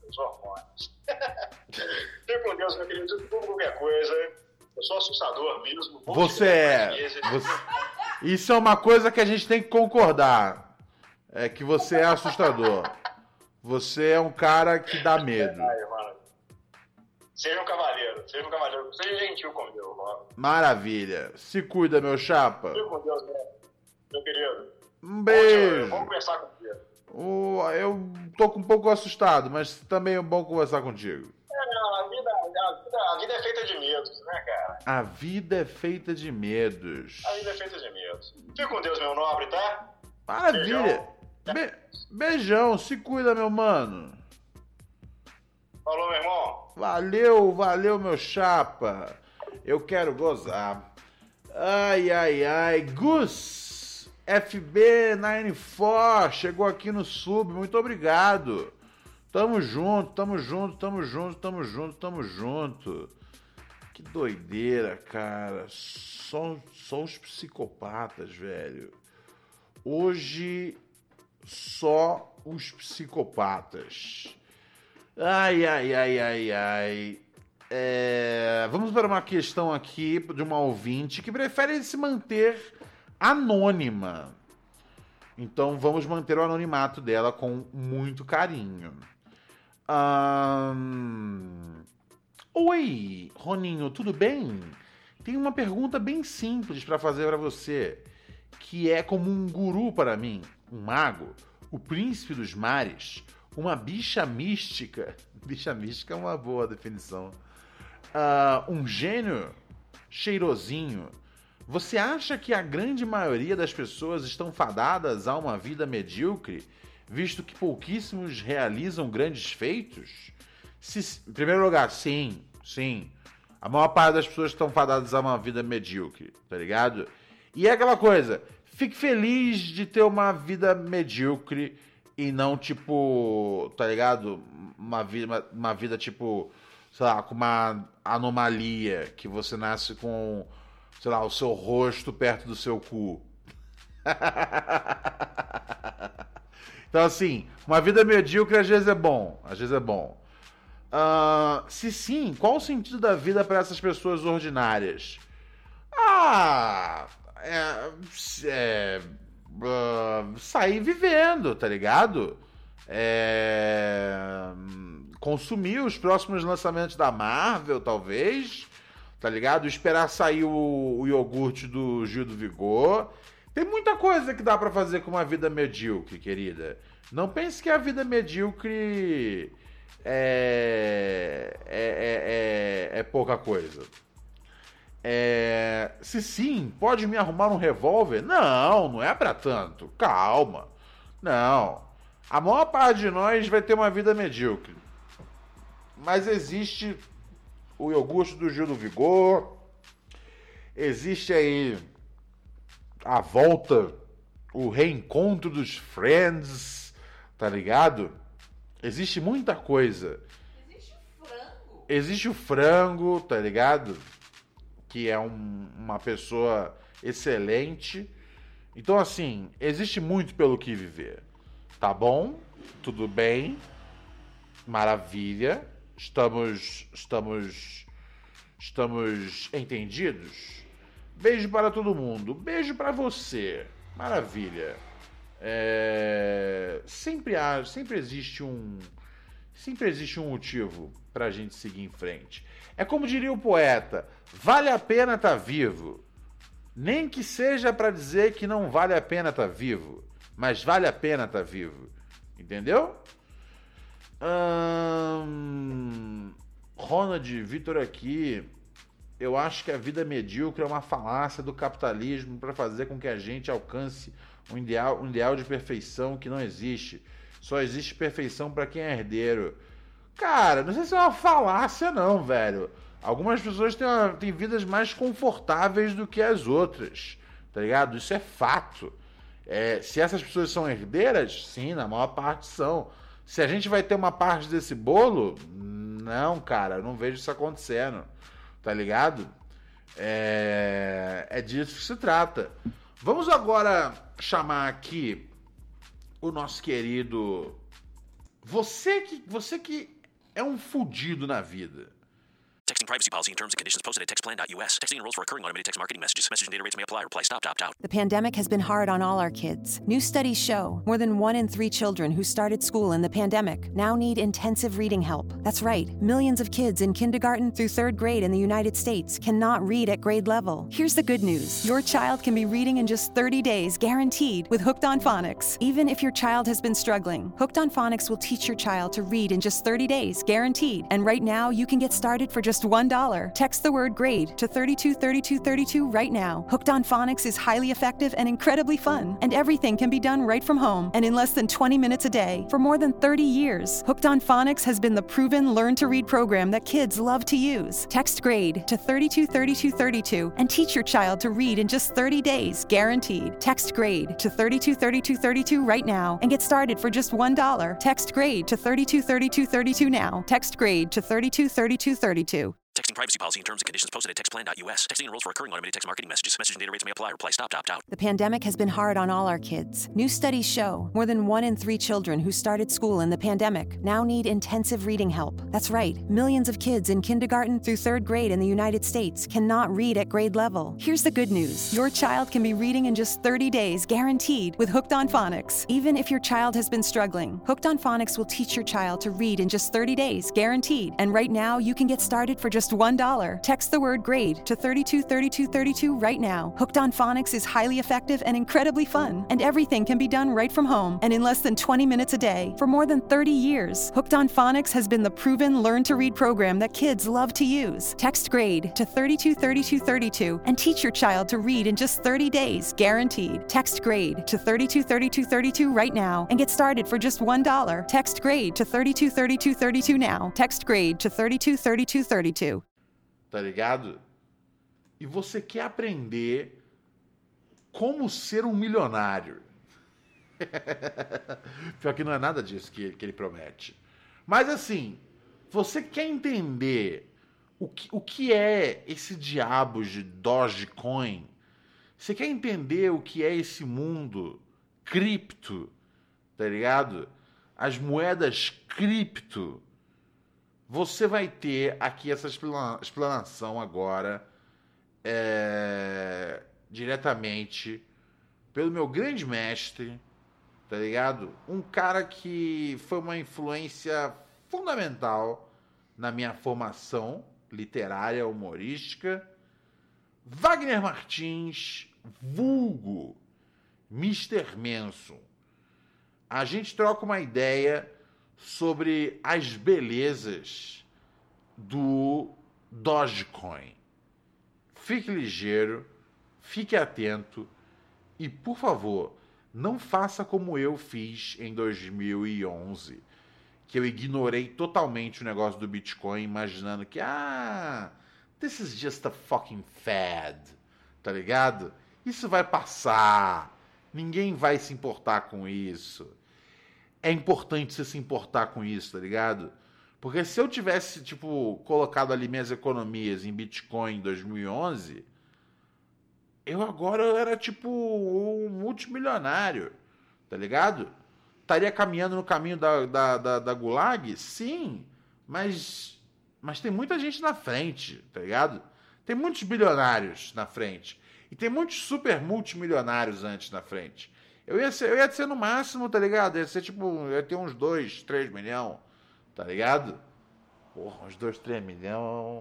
Fique com Deus, meu querido, tudo qualquer coisa. Eu sou assustador mesmo. Você é. Isso é uma coisa que a gente tem que concordar. É que você é assustador. Você é um cara que dá medo. Seja um cavaleiro. Seja gentil comigo, mano. Maravilha. Se cuida, meu chapa. Fique com Deus, meu querido. Um beijo. Vamos conversar contigo. Eu tô um pouco assustado, mas também é bom conversar contigo. A vida é feita de medos, né, cara? A vida é feita de medos. Fique com Deus, meu nobre, tá? Maravilha. Beijão. Se cuida, meu mano. Falou, meu irmão. Valeu, meu chapa. Eu quero gozar. Ai. Gus FB94 chegou aqui no sub. Muito obrigado. Tamo junto. Que doideira, cara. Só os psicopatas, velho. Hoje, só os psicopatas. Ai. Vamos para uma questão aqui de uma ouvinte que prefere se manter anônima. Então, vamos manter o anonimato dela com muito carinho. Oi, Roninho, tudo bem? Tenho uma pergunta bem simples para fazer para você, que é como um guru para mim, um mago, o príncipe dos mares, uma bicha mística. Bicha mística é uma boa definição. Um gênio cheirosinho. Você acha que a grande maioria das pessoas estão fadadas a uma vida medíocre, visto que pouquíssimos realizam grandes feitos? Em primeiro lugar, sim. A maior parte das pessoas estão fadadas a uma vida medíocre, tá ligado? E é aquela coisa, fique feliz de ter uma vida medíocre e não, tipo, tá ligado? Uma vida, tipo, sei lá, com uma anomalia, que você nasce com, sei lá, o seu rosto perto do seu cu. Então, assim, uma vida medíocre às vezes é bom. Se sim, qual o sentido da vida para essas pessoas ordinárias? Sair vivendo, tá ligado? Consumir os próximos lançamentos da Marvel, talvez, tá ligado? Esperar sair o iogurte do Gil do Vigor. Tem muita coisa que dá pra fazer com uma vida medíocre, querida. Não pense que a vida medíocre é pouca coisa. Se sim, pode me arrumar um revólver? Não é pra tanto. Calma. Não. A maior parte de nós vai ter uma vida medíocre. Mas existe o iogurte do Gil do Vigor. Existe aí a volta, o reencontro dos Friends, tá ligado? Existe muita coisa. Existe o frango, tá ligado? Que é uma pessoa excelente. Então, assim, existe muito pelo que viver. Tá bom? Tudo bem? Maravilha. Estamos entendidos? Beijo para todo mundo. Beijo para você. Maravilha. Sempre existe um motivo pra gente seguir em frente. É como diria o poeta: vale a pena estar vivo. Nem que seja pra dizer que não vale a pena estar vivo, mas vale a pena estar vivo. Entendeu? Ronald, Vitor aqui. Eu acho que a vida medíocre é uma falácia do capitalismo para fazer com que a gente alcance um ideal de perfeição que não existe. Só existe perfeição para quem é herdeiro. Cara, não sei se é uma falácia não, velho. Algumas pessoas têm vidas mais confortáveis do que as outras, tá ligado? Isso é fato. Se essas pessoas são herdeiras, sim, na maior parte são. Se a gente vai ter uma parte desse bolo, não, cara, eu não vejo isso acontecendo. Tá ligado? É disso que se trata. Vamos agora chamar aqui o nosso querido... Você que é um fudido na vida. Texting privacy policy and terms and conditions posted at textplan.us. Texting enrolls for recurring automated text marketing messages. Message and data rates may apply. Reply stop to opt out. The pandemic has been hard on all our kids. New studies show more than 1 in 3 children who started school in the pandemic now need intensive reading help. That's right. Millions of kids in kindergarten through 3rd grade in the United States cannot read at grade level. Here's the good news. Your child can be reading in just 30 days, guaranteed, with Hooked on Phonics. Even if your child has been struggling, Hooked on Phonics will teach your child to read in just 30 days, guaranteed. And right now, you can get started for just $1. Text the word GRADE to 323232 right now. Hooked on Phonics is highly effective and incredibly fun, and everything can be done right from home and in less than 20 minutes a day. For more than 30 years, Hooked on Phonics has been the proven learn-to-read program that kids love to use. Text GRADE to 323232 and teach your child to read in just 30 days, guaranteed. Text GRADE to 323232 right now and get started for just $1. Text GRADE to 323232 now. Text GRADE to 323232. Texting privacy policy and terms and conditions posted at textplan.us. Texting enrolls for recurring automated text marketing messages. Message and data rates may apply. Reply stop to opt out. The pandemic has been hard on all our kids. New studies show more than 1 in 3 children who started school in the pandemic now need intensive reading help. That's right. Millions of kids in kindergarten through 3rd grade in the United States cannot read at grade level. Here's the good news. Your child can be reading in just 30 days, guaranteed, with Hooked on Phonics. Even if your child has been struggling, Hooked on Phonics will teach your child to read in just 30 days, guaranteed. And right now, you can get started for just $1. Text the word GRADE to 323232 right now. Hooked on Phonics is highly effective and incredibly fun, and everything can be done right from home and in less than 20 minutes a day. For more than 30 years, Hooked on Phonics has been the proven learn-to-read program that kids love to use. Text GRADE to 323232 and teach your child to read in just 30 days, guaranteed. Text GRADE to 323232 right now and get started for just $1. Text GRADE to 323232 now. Text GRADE to 323232. Tá ligado? E você quer aprender como ser um milionário. Pior que não é nada disso que ele promete. Mas assim, você quer entender o que é esse diabo de Dogecoin? Você quer entender o que é esse mundo cripto? Tá ligado? As moedas cripto. você vai ter aqui essa explanação agora diretamente pelo meu grande mestre, tá ligado? Um cara que foi uma influência fundamental na minha formação literária, humorística, Wagner Martins, vulgo Mr. Manson. A gente troca uma ideia sobre as belezas do Dogecoin. Fique ligeiro, fique atento e, por favor, não faça como eu fiz em 2011, que eu ignorei totalmente o negócio do Bitcoin, imaginando que, this is just a fucking fad, tá ligado? Isso vai passar, ninguém vai se importar com isso. É importante você se importar com isso, tá ligado? Porque se eu tivesse, colocado ali minhas economias em Bitcoin em 2011, eu agora era, um multimilionário, tá ligado? Estaria caminhando no caminho da Gulag? Sim, mas tem muita gente na frente, tá ligado? Tem muitos bilionários na frente. E tem muitos super multimilionários antes na frente. Eu ia ser no máximo, tá ligado? Ia ser ia ter uns 2, 3 milhões, tá ligado? Porra, uns 2, 3 milhões.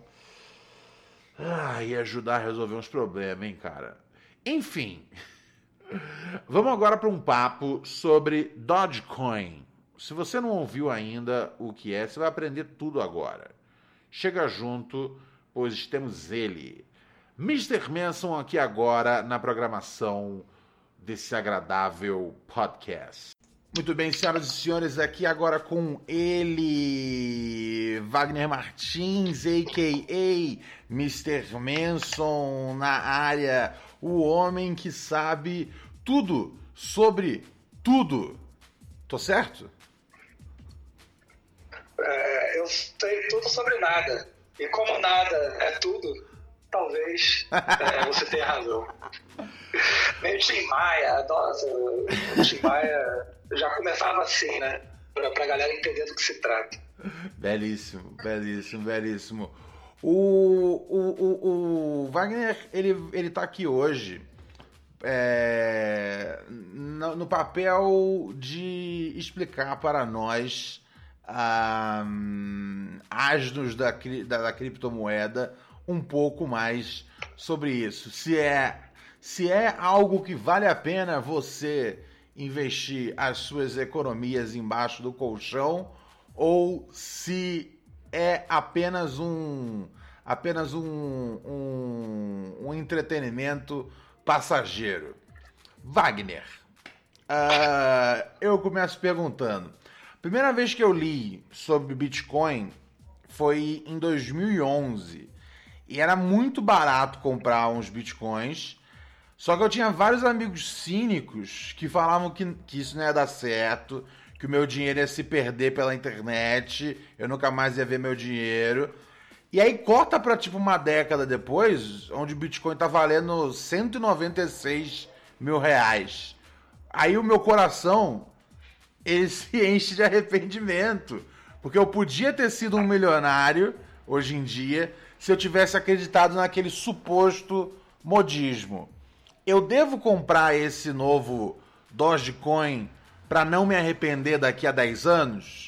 Ia ajudar a resolver uns problemas, hein, cara? Enfim. Vamos agora para um papo sobre Dogecoin. Se você não ouviu ainda o que é, você vai aprender tudo agora. Chega junto, pois temos ele, Mr. Manson, aqui agora na programação desse agradável podcast. Muito bem, senhoras e senhores, aqui agora com ele, Wagner Martins, a.k.a. Mr. Manson, na área, o homem que sabe tudo sobre tudo. Tô certo? Eu sei tudo sobre nada. E como nada é tudo, talvez você tenha razão. Meio Tim Maia, nossa, o Tim Maia já começava assim, né? Pra galera entender do que se trata. Belíssimo, belíssimo, belíssimo. O Wagner, ele tá aqui hoje no papel de explicar para nós asnos da criptomoeda um pouco mais sobre isso. Se é algo que vale a pena você investir as suas economias embaixo do colchão ou se é apenas um entretenimento passageiro. Wagner, eu começo perguntando. Primeira vez que eu li sobre Bitcoin foi em 2011 e era muito barato comprar uns Bitcoins, só que eu tinha vários amigos cínicos que falavam que isso não ia dar certo, que o meu dinheiro ia se perder pela internet, eu nunca mais ia ver meu dinheiro. E aí corta pra uma década depois, onde o Bitcoin tá valendo 196 mil reais. Aí o meu coração, ele se enche de arrependimento, porque eu podia ter sido um milionário, hoje em dia, se eu tivesse acreditado naquele suposto modismo. Eu devo comprar esse novo Dogecoin para não me arrepender daqui a 10 anos?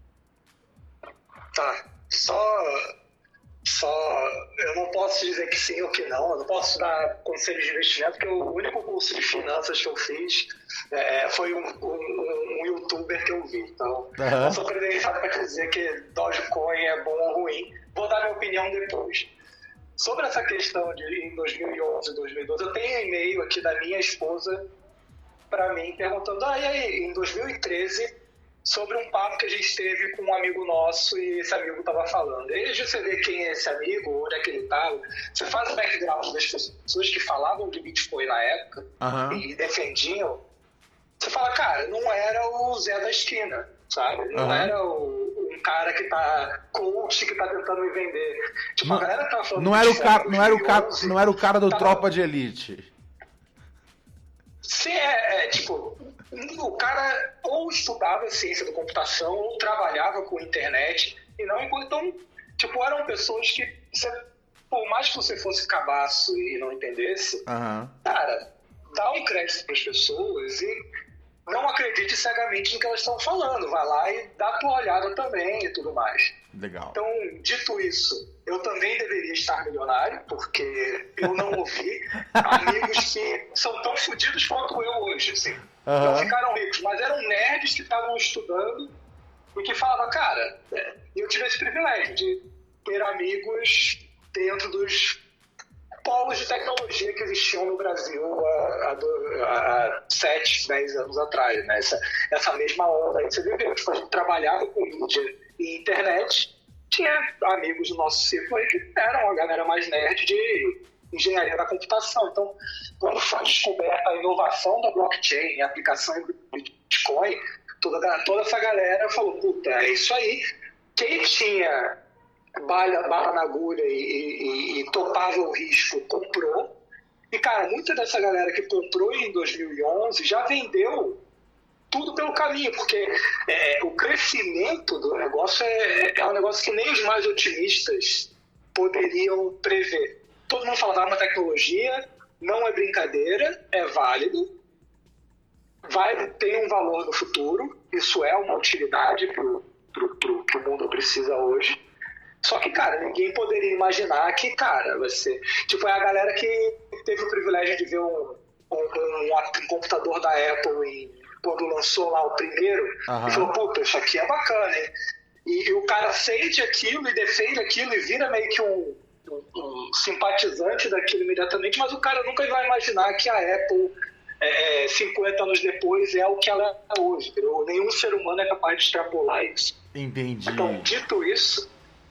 Tá, só eu não posso dizer que sim ou que não, eu não posso dar conselhos de investimento, porque o único curso de finanças que eu fiz foi um youtuber que eu vi. Então, não sou credenciado para dizer que Dogecoin é bom ou ruim, vou dar minha opinião depois. Sobre essa questão de em 2011, 2012, eu tenho um e-mail aqui da minha esposa para mim perguntando, e aí, em 2013, sobre um papo que a gente teve com um amigo nosso e esse amigo estava falando. E aí você vê quem é esse amigo, onde é que ele estava, você faz o background das pessoas que falavam de Bitcoin na época e defendiam, você fala, cara, não era o Zé da esquina, sabe? Não era um cara que tá coach, que tá tentando me vender. Tipo, a galera tá falando não era o cara do Tropa de Elite. Sim, tipo, o cara ou estudava ciência da computação ou trabalhava com internet E não então, tipo, eram pessoas que, por mais que você fosse cabaço e não entendesse, cara, dá um crédito para as pessoas e não acredite cegamente no que elas estão falando. Vai lá e dá a tua olhada também e tudo mais. Legal. Então, dito isso, eu também deveria estar milionário, porque eu não ouvi amigos que são tão fodidos quanto eu hoje, assim. Não ficaram ricos, mas eram nerds que estavam estudando e que falavam, cara, eu tive esse privilégio de ter amigos dentro dos polos de tecnologia que existiam no Brasil há 7, 10 anos atrás, né? Essa mesma onda aí que você viveu. Tipo, a gente trabalhava com mídia e internet, tinha amigos do nosso círculo aí que eram a galera mais nerd de engenharia da computação. Então, quando foi descoberta a inovação da blockchain, a aplicação do Bitcoin, toda essa galera falou, puta, é isso aí. Quem tinha bala na agulha e topava o risco, comprou. E, cara, muita dessa galera que comprou em 2011 já vendeu tudo pelo caminho, porque o crescimento do negócio é um negócio que nem os mais otimistas poderiam prever. Todo mundo fala, uma tecnologia, não é brincadeira, é válido, tem um valor no futuro, isso é uma utilidade pro que o mundo precisa hoje. Só que, cara, ninguém poderia imaginar que, cara, vai ser... Tipo, é a galera que teve o privilégio de ver um computador da Apple quando lançou lá o primeiro, e falou, puta, isso aqui é bacana, hein? E o cara sente aquilo e defende aquilo e vira meio que um simpatizante daquilo imediatamente, mas o cara nunca vai imaginar que a Apple, 50 anos depois, é o que ela é hoje, entendeu? Nenhum ser humano é capaz de extrapolar isso. Entendi. Então, dito isso,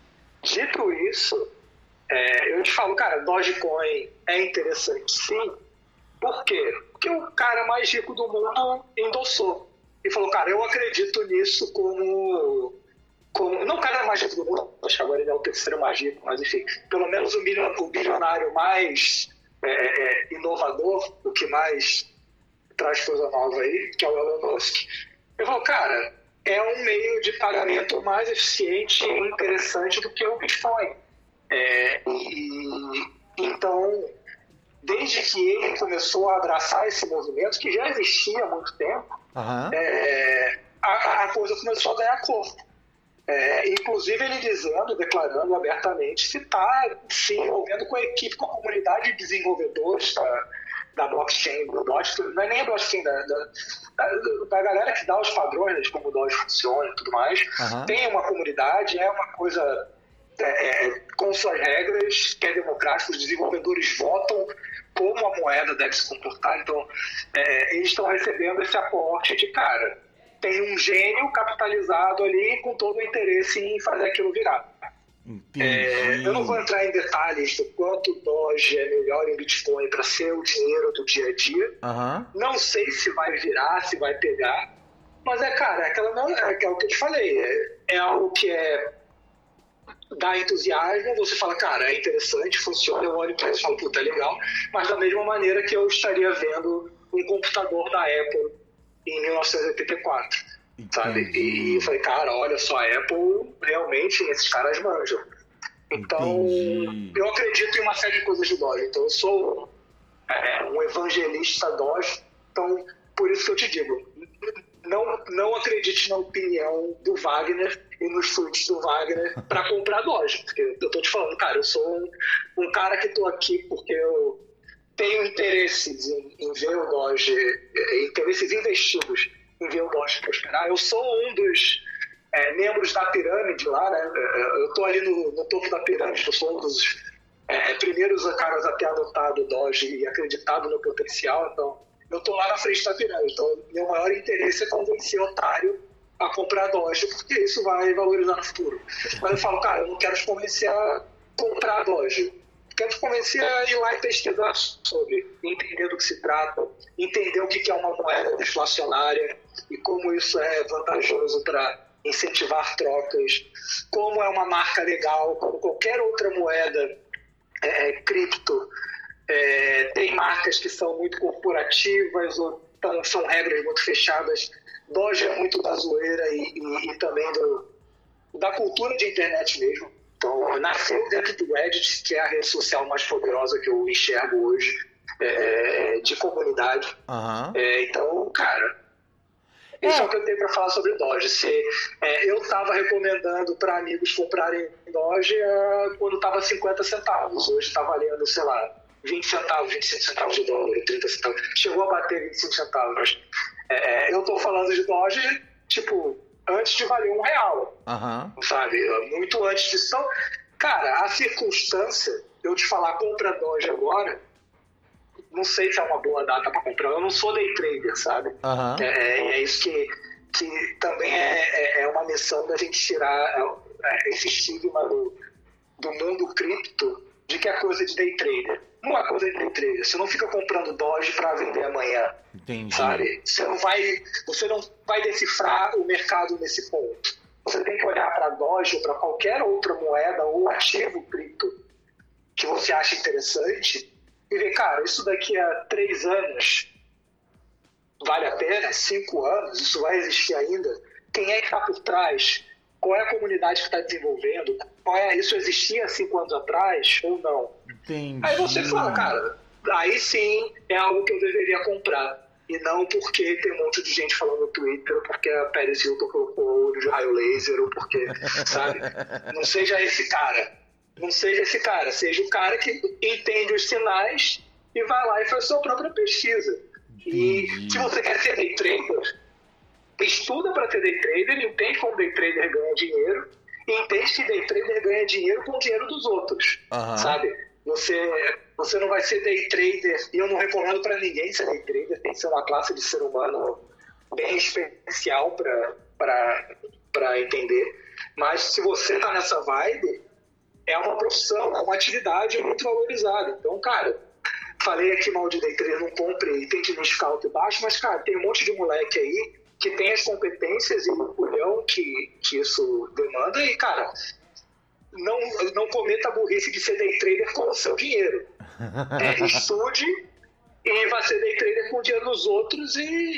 eu te falo, cara, Dogecoin é interessante sim. Por quê? Porque o cara mais rico do mundo endossou. E falou, cara, eu acredito nisso como não o cara mais rico do mundo, acho que agora ele é o terceiro mais rico, mas enfim, pelo menos o bilionário mais inovador, o que mais traz coisa nova aí, que é o Elon Musk. Eu falo, cara, é um meio de pagamento mais eficiente e interessante do que o Bitcoin. Então, desde que ele começou a abraçar esse movimento, que já existia há muito tempo, a coisa começou a ganhar corpo. Inclusive ele declarando abertamente se está se envolvendo com a equipe, com a comunidade de desenvolvedores da blockchain, do Doge, não é nem a blockchain, da galera que dá os padrões, né, de como o Doge funciona e tudo mais. Tem uma comunidade, é uma coisa com suas regras, que é democrático, os desenvolvedores votam como a moeda deve se comportar, então eles estão recebendo esse aporte de, cara, tem um gênio capitalizado ali com todo o interesse em fazer aquilo virar. Eu não vou entrar em detalhes do quanto o Doge é melhor em Bitcoin para ser o dinheiro do dia a dia. Não sei se vai virar, se vai pegar, mas cara, é o que eu te falei, é algo que dá entusiasmo, você fala, cara, é interessante, funciona, eu olho para isso e falo, puta, é legal, mas da mesma maneira que eu estaria vendo um computador da Apple em 1984, sabe? E eu falei, cara, olha só, a Apple, realmente, esses caras manjam. Então, eu acredito em uma série de coisas de Doge. Então, eu sou um evangelista Doge. Então, por isso que eu te digo, não acredite na opinião do Wagner e nos tweets do Wagner para comprar Doge. Porque eu tô te falando, cara, eu sou um cara que tô aqui porque eu tenho interesses em ver o Doge, interesses investidos em ver o Doge prosperar. Eu sou um dos membros da pirâmide lá, né? Eu tô ali no topo da pirâmide, eu sou um dos primeiros caras a ter adotado o Doge e acreditado no potencial, então eu tô lá na frente da pirâmide. Então, meu maior interesse é convencer o otário a comprar Doge, porque isso vai valorizar no futuro. Mas eu falo, cara, eu não quero te convencer a comprar Doge. Quero te convencer a ir lá e pesquisar sobre, entender do que se trata, entender o que é uma moeda deflacionária e como isso é vantajoso para incentivar trocas, como é uma marca legal, como qualquer outra moeda cripto. Tem marcas que são muito corporativas ou são regras muito fechadas. Doge é muito da zoeira e também da cultura de internet mesmo. Então, nasceu dentro do Reddit, que é a rede social mais poderosa que eu enxergo hoje, de comunidade. Então, cara, isso é o que eu tenho para falar sobre Doge. Eu estava recomendando para amigos comprarem Doge quando estava 50 centavos. Hoje está valendo, sei lá, 20 centavos, 25 centavos de dólar, 30 centavos. Chegou a bater 25 centavos. Eu estou falando de Doge, tipo, antes de valer R$1, sabe? Muito antes disso. Então, cara, a circunstância de eu te falar compra Doge agora, não sei se é uma boa data para comprar. Eu não sou day trader, sabe? É isso que também é uma missão da gente tirar esse estigma do mundo cripto de que é coisa de day trader. Não é coisa de day trader. Você não fica comprando Doge para vender amanhã. Entendi. Sabe? Você não vai decifrar o mercado nesse ponto. Você tem que olhar para Doge ou para qualquer outra moeda ou ativo cripto que você acha interessante e ver, cara, isso daqui a 3 anos vale a pena? 5 anos? Isso vai existir ainda? Quem é que está por trás? Qual é a comunidade que está desenvolvendo? Isso existia 5 anos atrás ou não? Entendi. Aí você fala, cara, aí sim é algo que eu deveria comprar. E não porque tem um monte de gente falando no Twitter, porque a Paris Hilton colocou olho de raio laser, ou porque, sabe? Não seja esse cara. Não seja esse cara. Seja o cara que entende os sinais e vai lá e faz sua própria pesquisa. E se você quer ser day trader, estuda para ser day trader, entende como day trader ganha dinheiro, e entende que day trader ganha dinheiro com o dinheiro dos outros, sabe? Você não vai ser day trader, e eu não recomendo para ninguém ser day trader, tem que ser uma classe de ser humano bem especial para entender. Mas se você está nessa vibe, é uma profissão, é uma atividade muito valorizada. Então, cara, falei aqui mal de day trader, não compre e tente identificar alto e baixo, mas, cara, tem um monte de moleque aí que tem as competências e o culhão que isso demanda e, cara, não cometa a burrice de ser day trader com o seu dinheiro. Estude e vai ser day trader com o dinheiro dos outros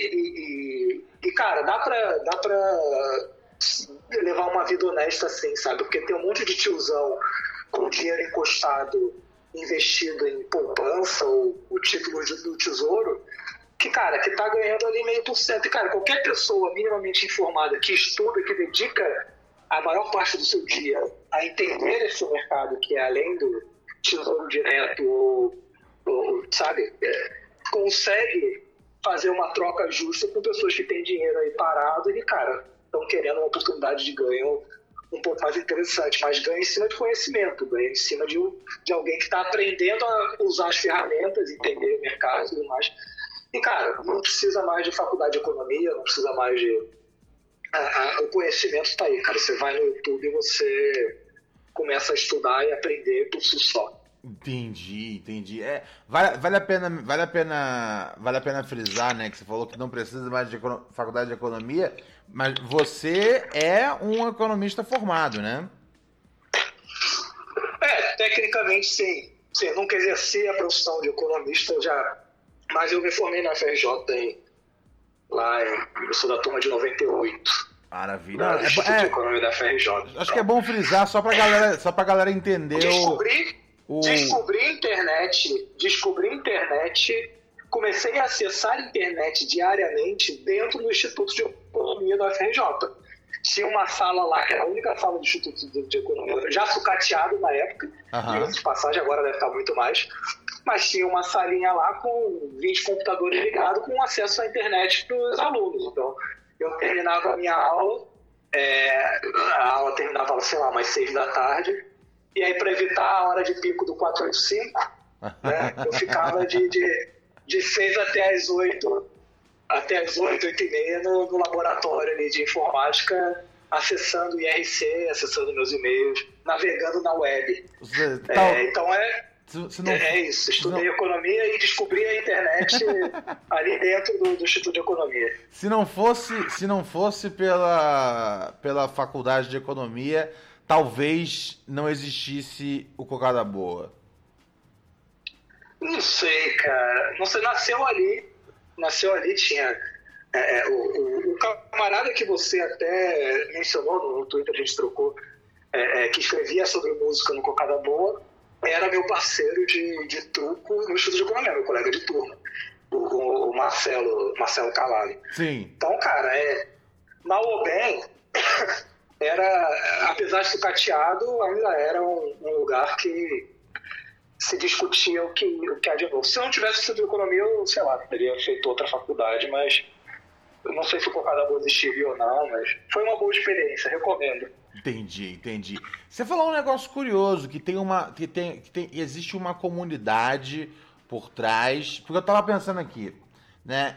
e cara, dá pra levar uma vida honesta assim, sabe? Porque tem um monte de tiozão com dinheiro encostado, investido em poupança ou o título do tesouro, que, cara, que tá ganhando ali 0,5%. E, cara, qualquer pessoa minimamente informada que estuda, que dedica a maior parte do seu dia a entender esse mercado, que é além do tesouro direto ou sabe, consegue fazer uma troca justa com pessoas que têm dinheiro aí parado e, cara, estão querendo uma oportunidade de ganho um pouco mais interessante, mas ganha em cima de conhecimento, ganha em cima de alguém que está aprendendo a usar as ferramentas, entender o mercado e tudo mais. E, cara, não precisa mais de faculdade de economia, não precisa mais de... o conhecimento está aí, cara. Você vai no YouTube e você começa a estudar e aprender por si só. Entendi. Vale a pena frisar, né, que você falou que não precisa mais de faculdade de economia, mas você é um economista formado, né? Tecnicamente sim. Eu nunca exerci a profissão de economista, mas eu me formei na FRJ eu sou da turma de 98. Maravilha. Instituto de Economia da FRJ. Acho que é bom frisar só pra galera entender. Descobri a internet, comecei a acessar a internet diariamente dentro do Instituto de Economia da FRJ. Tinha uma sala lá, que era a única sala do Instituto de Economia, já sucateado na época, de passagem, agora deve estar muito mais, mas tinha uma salinha lá com 20 computadores ligados com acesso à internet para os alunos. Então, eu terminava a minha aula, a aula terminava, sei lá, umas 6 da tarde, e aí, para evitar a hora de pico do 485, né, eu ficava de 6 até as 8, 8h30 no laboratório ali de informática, acessando o IRC, acessando meus e-mails, navegando na web. Então é isso. Estudei economia e descobri a internet ali dentro do Instituto de Economia. Se não fosse pela faculdade de economia, talvez não existisse o Cocada Boa. Não sei, cara. Não sei, nasceu ali, tinha O camarada que você até mencionou no Twitter, a gente trocou, que escrevia sobre música no Cocada Boa, era meu parceiro de truco no Instituto de Economia, meu colega de turma, o Marcelo Calari. Sim. Então, cara, mal ou bem, apesar de sucateado, ainda era um lugar que se discutia o que há de novo. Se eu não tivesse estudo de economia, eu, sei lá, teria feito outra faculdade, mas eu não sei se o Cocada Boa existiria ou não, mas foi uma boa experiência, recomendo. Entendi. Você falou um negócio curioso, que existe uma comunidade por trás, porque eu tava pensando aqui, né,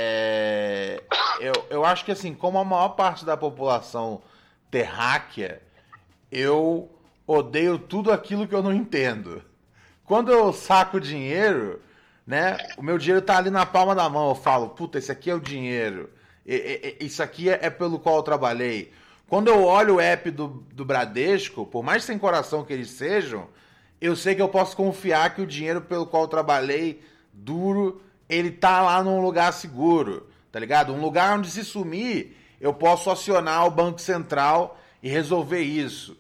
eu acho que assim, como a maior parte da população terráquea, eu odeio tudo aquilo que eu não entendo. Quando eu saco dinheiro, né, o meu dinheiro tá ali na palma da mão, eu falo, puta, esse aqui é o dinheiro, isso aqui é pelo qual eu trabalhei. Quando eu olho o app do Bradesco, por mais sem coração que eles sejam, eu sei que eu posso confiar que o dinheiro pelo qual eu trabalhei duro, ele tá lá num lugar seguro, tá ligado? Um lugar onde, se sumir, eu posso acionar o Banco Central e resolver isso.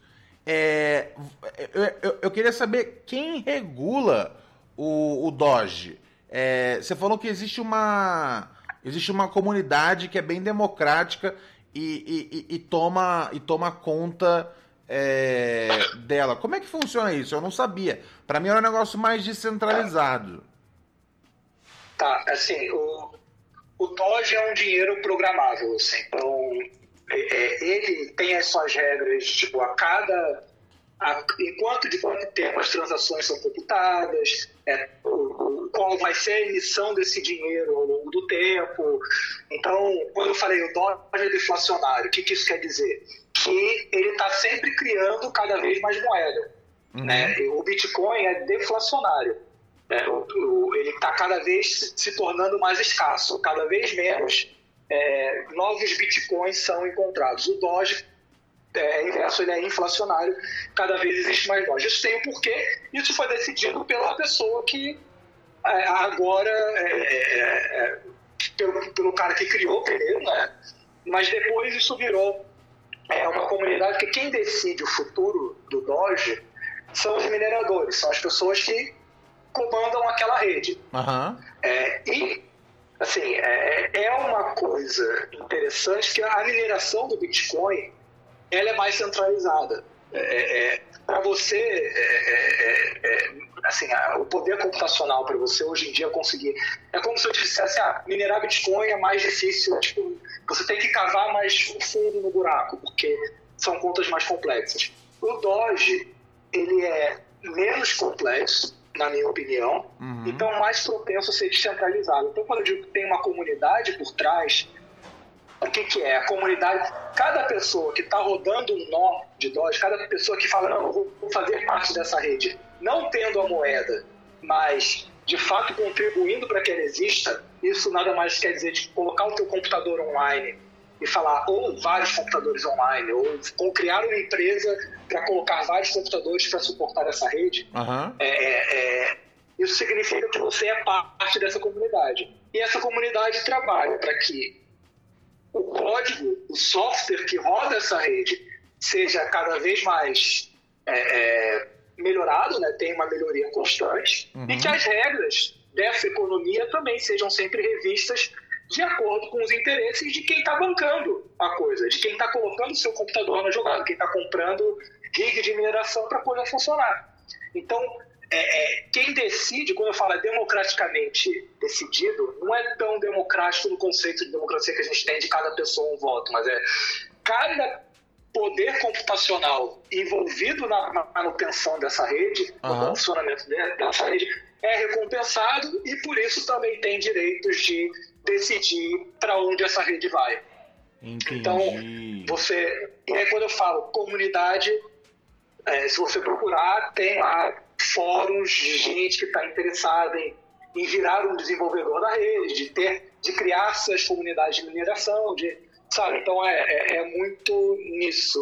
Eu queria saber quem regula o Doge. Você falou que existe uma comunidade que é bem democrática e toma conta dela. Como é que funciona isso? Eu não sabia. Para mim era um negócio mais descentralizado. Tá, assim, o Doge é um dinheiro programável, assim. Então, ele tem as suas regras, tipo, enquanto de quanto tempo as transações são computadas, qual vai ser a emissão desse dinheiro ao longo do tempo. Então, quando eu falei o Doge é deflacionário, o que isso quer dizer? Que ele está sempre criando cada vez mais moeda. Né? O Bitcoin é deflacionário. Ele está cada vez se tornando mais escasso, cada vez menos novos Bitcoins são encontrados. O Doge inverso, ele é inflacionário, cada vez existe mais Doge. Isso tem um porquê, isso foi decidido pela pessoa que agora, pelo cara que criou primeiro, né? Mas depois isso virou uma comunidade, que quem decide o futuro do Doge são os mineradores, são as pessoas que comandam aquela rede. E, assim, é uma coisa interessante que a mineração do Bitcoin, ela é mais centralizada. Para você, assim, o poder computacional para você hoje em dia conseguir, é como se eu dissesse, minerar Bitcoin é mais difícil, tipo, você tem que cavar mais fundo no buraco, porque são contas mais complexas. O Doge, ele é menos complexo, na minha opinião, então mais propenso a ser descentralizado. Então, quando eu digo que tem uma comunidade por trás, o que é? A comunidade, cada pessoa que está rodando um nó de Doge, cada pessoa que fala, não, eu vou fazer parte dessa rede, não tendo a moeda, mas de fato contribuindo para que ela exista, isso nada mais quer dizer de colocar o teu computador online e falar, ou vários computadores online, ou criar uma empresa para colocar vários computadores para suportar essa rede. Isso significa que você é parte dessa comunidade. E essa comunidade trabalha para que o código, o software que roda essa rede seja cada vez mais melhorado, né? Tem uma melhoria constante, e que as regras dessa economia também sejam sempre revistas de acordo com os interesses de quem está bancando a coisa, de quem está colocando o seu computador na jogada, quem está comprando rig de mineração para a coisa funcionar. Então, quem decide, quando eu falo democraticamente decidido, não é tão democrático no conceito de democracia que a gente tem de cada pessoa um voto, mas cada poder computacional envolvido na manutenção dessa rede, no funcionamento dessa rede, é recompensado e por isso também tem direitos de decidir para onde essa rede vai. Entendi. Então, e aí quando eu falo comunidade, se você procurar, tem lá fóruns de gente que está interessada em virar um desenvolvedor da rede, de criar essas comunidades de mineração, sabe? Então é muito nisso.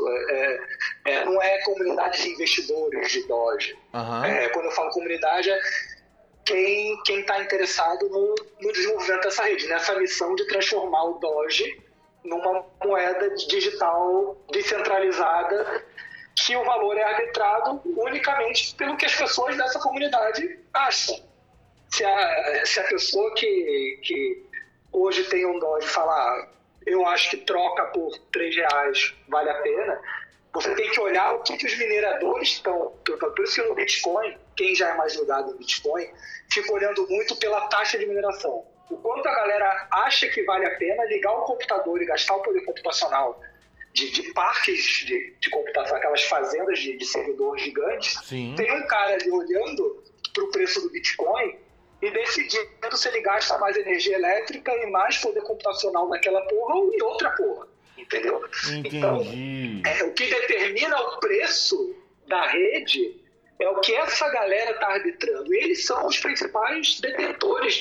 Não é comunidade de investidores de Doge. Quando eu falo comunidade, quem está interessado no desenvolvimento dessa rede, nessa missão de transformar o Doge numa moeda digital descentralizada, que o valor é arbitrado unicamente pelo que as pessoas dessa comunidade acham. Se a pessoa que hoje tem um Doge falar, eu acho que troca por R$3 vale a pena, você tem que olhar o que os mineradores estão... Por isso que no Bitcoin, quem já é mais ligado no Bitcoin, fica olhando muito pela taxa de mineração. O quanto a galera acha que vale a pena ligar o computador e gastar o poder computacional de parques de computação, aquelas fazendas de servidores gigantes. Sim. Tem um cara ali olhando para o preço do Bitcoin e decidindo se ele gasta mais energia elétrica e mais poder computacional naquela porra ou em outra porra. Entendeu? Entendi. Então, o que determina o preço da rede é o que essa galera está arbitrando. E eles são os principais detentores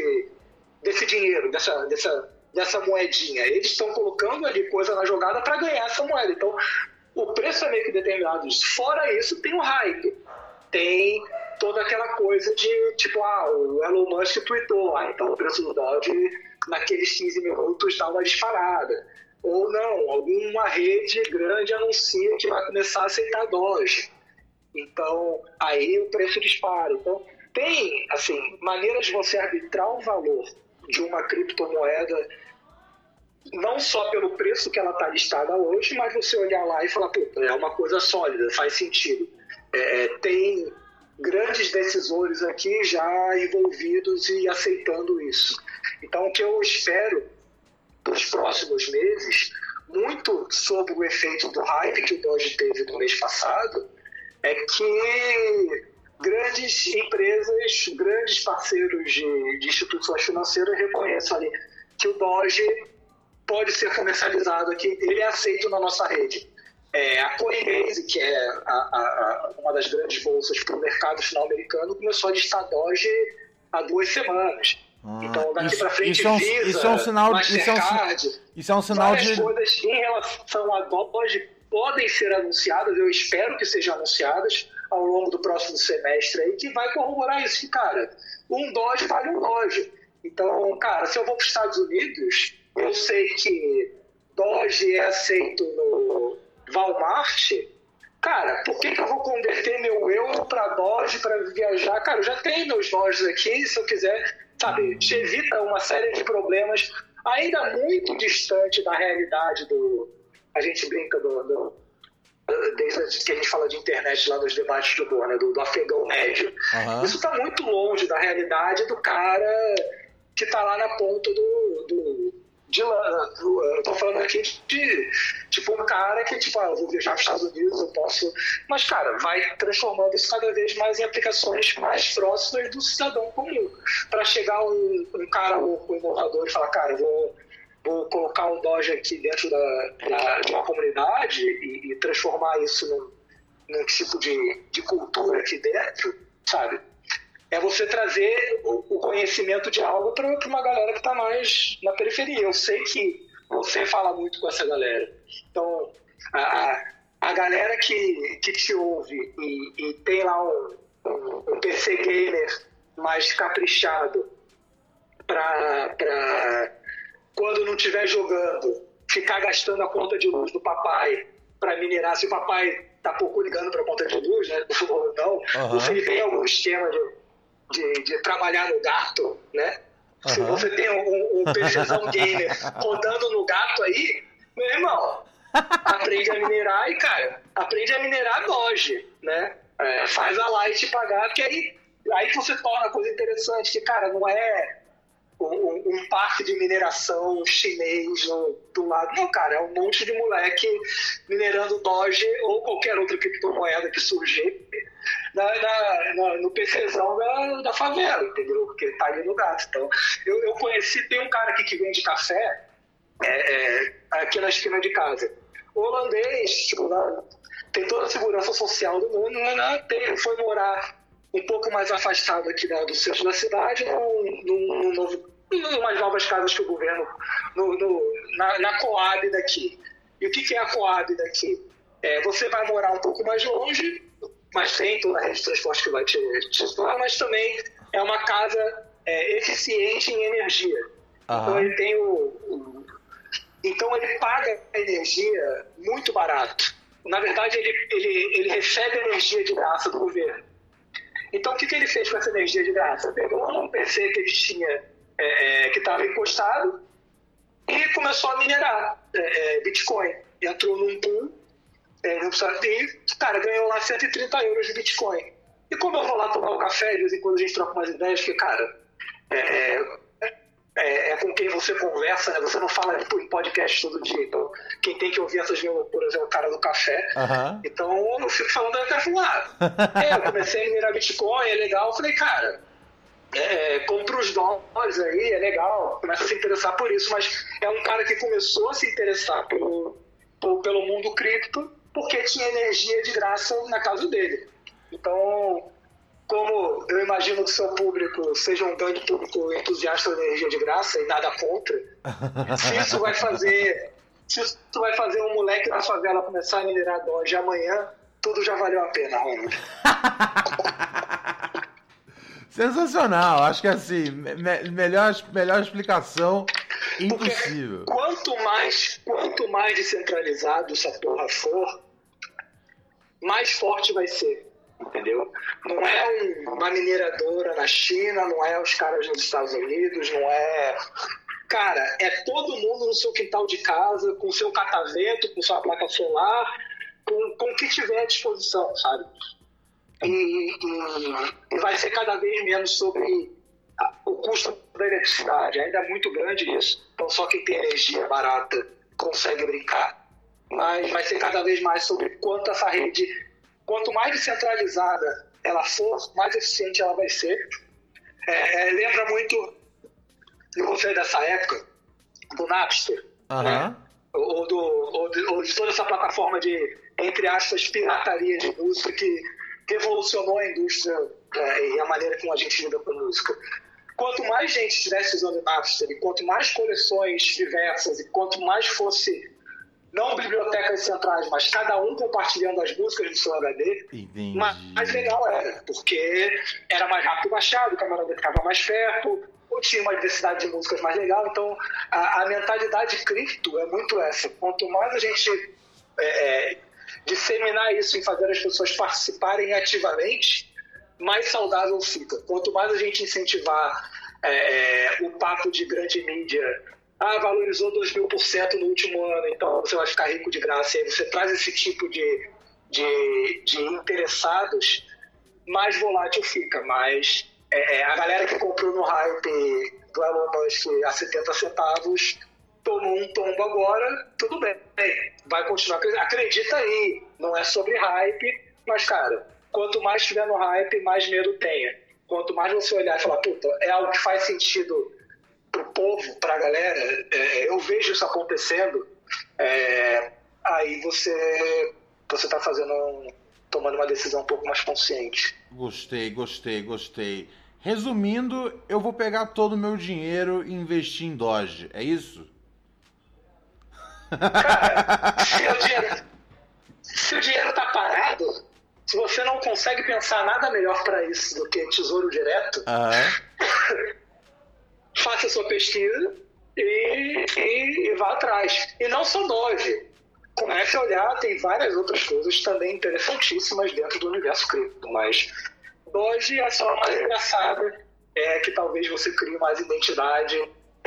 desse dinheiro, dessa moedinha. Eles estão colocando ali coisa na jogada para ganhar essa moeda. Então, o preço é meio que determinado. Fora isso, tem o hype. Tem toda aquela coisa de, tipo, o Elon Musk tweetou, então o preço do Doge naqueles 15 minutos dá uma disparada. Ou não, alguma rede grande anuncia que vai começar a aceitar Doge. Então, aí o preço dispara. Então, tem, assim, maneiras de você arbitrar o valor de uma criptomoeda, não só pelo preço que ela está listada hoje, mas você olhar lá e falar, pô, é uma coisa sólida, faz sentido. Tem grandes decisores aqui já envolvidos e aceitando isso. Então, o que eu espero nos próximos meses, muito sobre o efeito do hype que o Doge teve no mês passado, é que grandes empresas, grandes parceiros de instituições financeiras reconheçam ali que o Doge pode ser comercializado aqui, ele é aceito na nossa rede. A Coinbase, que é uma das grandes bolsas para o mercado final americano, começou a listar Doge há 2 semanas. Então, daqui para frente, Visa, Mastercard, isso é um sinal várias coisas em relação a Doge podem ser anunciadas, eu espero que sejam anunciadas ao longo do próximo semestre aí, que vai corroborar isso, que, cara, um Doge vale um Doge. Então, cara, se eu vou para os Estados Unidos, eu sei que Doge é aceito no Walmart, cara, por que eu vou converter meu euro para Doge para viajar? Cara, eu já tenho meus Doges aqui, se eu quiser, sabe, te evita uma série de problemas ainda muito distante da realidade a gente brinca desde que a gente fala de internet lá nos debates do Boa, né, do afegão médio. Uhum. Isso está muito longe da realidade do cara que está lá na ponta eu tô falando aqui de tipo um cara que tipo, eu vou viajar para os Estados Unidos, eu posso, mas cara, vai transformando isso cada vez mais em aplicações mais próximas do cidadão comum, para chegar um cara louco, inovador e falar, cara, eu vou colocar um Doge aqui dentro de uma comunidade e transformar isso num tipo de cultura aqui dentro, sabe? É você trazer o conhecimento de algo para uma galera que está mais na periferia. Eu sei que você fala muito com essa galera. Então, a galera que te ouve e tem lá um PC gamer mais caprichado para quando não estiver jogando, ficar gastando a conta de luz do papai para minerar. Se o papai tá pouco ligando para a conta de luz, né? Não, você tem algum esquema de trabalhar no gato, né? Se você tem um PCzão gamer rodando no gato aí, meu irmão, aprende a minerar e, cara, aprende a minerar Doge, né? Faz a Light pagar, porque aí você torna a coisa interessante, que, cara, não é um parque de mineração chinês do lado. Não, cara, é um monte de moleque minerando Doge ou qualquer outra criptomoeda que surgir no PCzão da favela, entendeu? Porque tá ali no gato. Então, eu conheci, tem um cara aqui que vende café aqui na esquina de casa. Holandês, tipo, tem toda a segurança social do mundo, foi morar um pouco mais afastado aqui do centro da cidade, numas novas casas que o governo, na Coab daqui. E o que é a Coab daqui? Você vai morar um pouco mais longe, mas tem toda a rede de transporte que vai te levar, mas também é uma casa eficiente em energia. Então ele tem então ele paga a energia muito barato. Na verdade, ele recebe energia de graça do governo. Então, o que ele fez com essa energia de graça? Pegou um PC que ele tinha, que estava encostado, e começou a minerar Bitcoin. Entrou num pool, cara, ganhou lá 130 euros de Bitcoin. E como eu vou lá tomar um café, de vez em quando a gente troca umas ideias, porque, cara, com quem você conversa, né? Você não fala em podcast todo dia. Então, quem tem que ouvir essas minhas loucuras é o cara do café. Então, eu fico falando, eu quero falar. Eu comecei a minerar Bitcoin, é legal. Eu falei, cara, compra os dólares aí, é legal. Começa a se interessar por isso. Mas é um cara que começou a se interessar pelo mundo cripto porque tinha energia de graça na casa dele. Então, como eu imagino que seu público seja um grande público entusiasta da energia de graça e nada contra, se isso vai fazer um moleque da favela começar a minerar Doge amanhã, tudo já valeu a pena, Ronald. Sensacional, acho que assim, melhor explicação impossível. Porque quanto mais descentralizado essa porra for, mais forte vai ser. Entendeu? Não é uma mineradora na China, não é os caras nos Estados Unidos, não é... Cara, é todo mundo no seu quintal de casa, com seu catavento, com sua placa solar, com o que tiver à disposição, sabe? E vai ser cada vez menos sobre o custo da eletricidade. Ainda é muito grande isso. Então só quem tem energia barata consegue brincar. Mas vai ser cada vez mais sobre quanto essa rede... Quanto mais descentralizada ela for, mais eficiente ela vai ser. Lembra muito, eu gostei dessa época, do Napster, né? ou de toda essa plataforma de, entre aspas, pirataria de música que revolucionou a indústria e a maneira como a gente lida com a música. Quanto mais gente estivesse usando o Napster, e quanto mais coleções diversas, e quanto mais fosse... não bibliotecas centrais, mas cada um compartilhando as músicas do seu HD, mais legal era, porque era mais rápido baixado, o camarada ficava mais perto, ou tinha uma diversidade de músicas mais legal. Então, a mentalidade cripto é muito essa. Quanto mais a gente disseminar isso em fazer as pessoas participarem ativamente, mais saudável fica. Quanto mais a gente incentivar o papo de grande mídia, valorizou 2.000% no último ano, então você vai ficar rico de graça. E aí você traz esse tipo de interessados, mais volátil fica. Mas a galera que comprou no hype do Elon Musk a 70 centavos tomou um tombo agora, tudo bem, vai continuar. Acredita aí, não é sobre hype, mas, cara, quanto mais estiver no hype, mais medo tenha. Quanto mais você olhar e falar, puta, é algo que faz sentido pro povo, pra galera, eu vejo isso acontecendo, aí você tá tomando uma decisão um pouco mais consciente. Gostei. Resumindo, eu vou pegar todo o meu dinheiro e investir em Doge, é isso? Cara, se o dinheiro tá parado, se você não consegue pensar nada melhor pra isso do que tesouro direto, faça sua pesquisa e vá atrás. E não só Doge. Comece a olhar, tem várias outras coisas também interessantíssimas dentro do universo cripto, mas Doge é só mais engraçada, que talvez você crie mais identidade,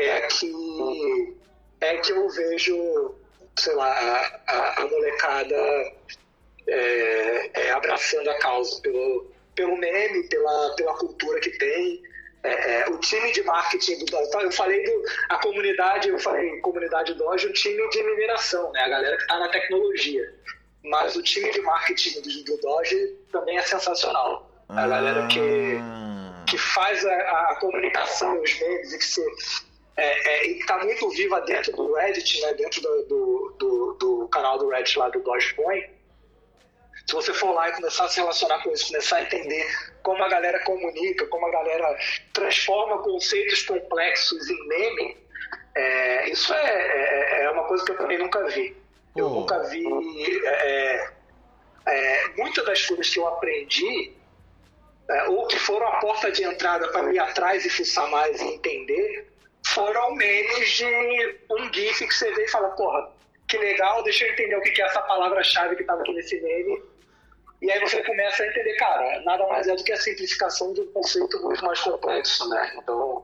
que eu vejo, sei lá, a molecada abraçando a causa pelo meme, pela cultura que tem. O time de marketing do Doge, eu falei comunidade Doge, o time de mineração, né? A galera que está na tecnologia, mas o time de marketing do Doge também é sensacional. A galera que faz a comunicação, os memes, e que está muito viva dentro do Reddit, né? Dentro do canal do Reddit lá do Dogecoin. Se você for lá e começar a se relacionar com isso, começar a entender como a galera comunica, como a galera transforma conceitos complexos em meme, isso é uma coisa que eu também nunca vi. Eu nunca vi muitas das coisas que eu aprendi, ou que foram a porta de entrada para ir atrás e fuçar mais e entender, foram memes de um GIF que você vê e fala, porra, que legal, deixa eu entender o que é essa palavra-chave que estava aqui nesse meme. E aí você começa a entender, cara, nada mais é do que a simplificação de um conceito muito mais complexo, né? Então,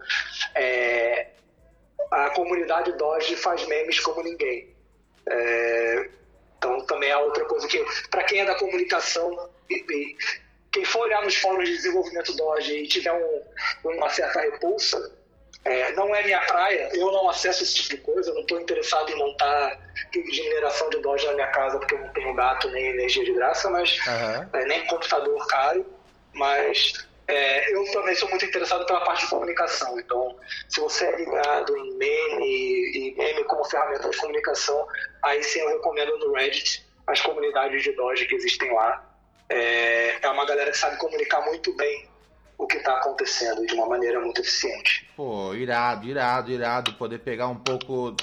a comunidade Doge faz memes como ninguém. Então, também é outra coisa que, para quem é da comunicação, quem for olhar nos fóruns de desenvolvimento Doge e tiver uma certa repulsa, não é minha praia, eu não acesso esse tipo de coisa, eu não estou interessado em montar de mineração de Doge na minha casa porque eu não tenho gato nem energia de graça, mas nem computador caro, mas eu também sou muito interessado pela parte de comunicação. Então, se você é ligado em meme como ferramenta de comunicação, aí sim eu recomendo no Reddit as comunidades de Doge que existem lá. É uma galera que sabe comunicar muito bem o que está acontecendo de uma maneira muito eficiente. Pô, irado poder pegar um pouco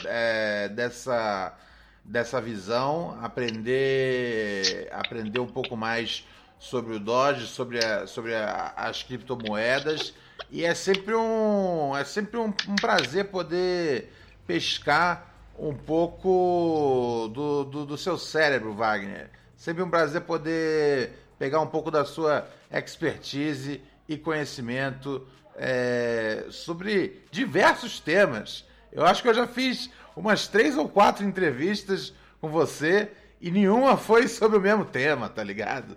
dessa visão, aprender um pouco mais sobre o Doge, sobre as criptomoedas, e é sempre um prazer poder pescar um pouco do seu cérebro, Wagner. Sempre um prazer poder pegar um pouco da sua expertise e conhecimento sobre diversos temas. Eu acho que eu já fiz umas 3 ou 4 entrevistas com você e nenhuma foi sobre o mesmo tema, tá ligado?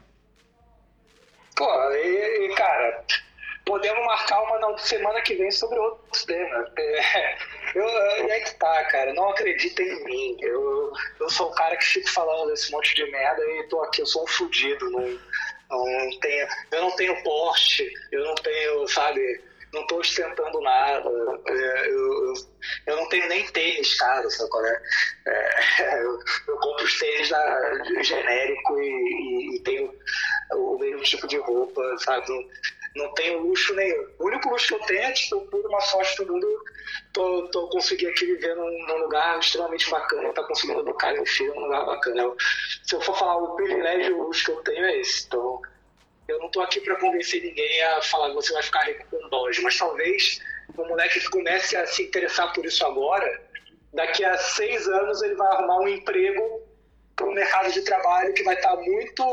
Pô, cara, podemos marcar uma na semana que vem sobre outros temas. E aí que tá, cara, não acreditem em mim. Eu sou o cara que fica falando desse monte de merda e tô aqui, eu sou um fudido. Eu não tenho Porsche, eu não tenho, sabe, não tô ostentando nada. Eu não tenho nem tênis, cara, sabe qual é? Eu compro os tênis genérico e tenho o mesmo tipo de roupa, sabe? Não tenho luxo nenhum. O único luxo que eu tenho é, tipo, por uma sorte do mundo, tô conseguindo aqui viver num lugar extremamente bacana, tá conseguindo educar meu filho num lugar bacana. Se eu for falar o privilégio e o luxo que eu tenho é esse. Então, eu não tô aqui para convencer ninguém a falar que você vai ficar rico com Doge, mas talvez um moleque que comece a se interessar por isso agora, daqui a 6 anos ele vai arrumar um emprego para um mercado de trabalho que vai estar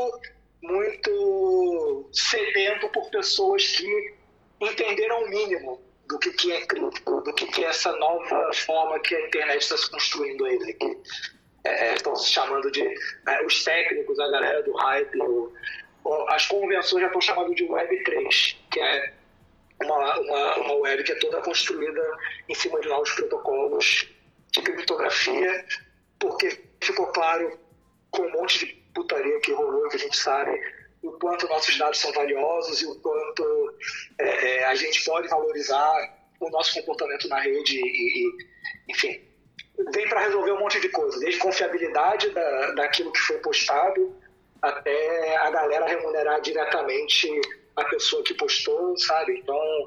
muito sedento por pessoas que entenderam o mínimo do que é cripto, do que é essa nova forma que a internet está se construindo aí, né? Que estão se chamando de os técnicos, a galera do hype, as convenções já estão chamando de Web3, que é uma web que é toda construída em cima de novos protocolos de criptografia, porque ficou claro com um monte de putaria que rolou, que a gente sabe o quanto nossos dados são valiosos e o quanto a gente pode valorizar o nosso comportamento na rede enfim, vem para resolver um monte de coisa, desde confiabilidade daquilo que foi postado até a galera remunerar diretamente a pessoa que postou, sabe? Então,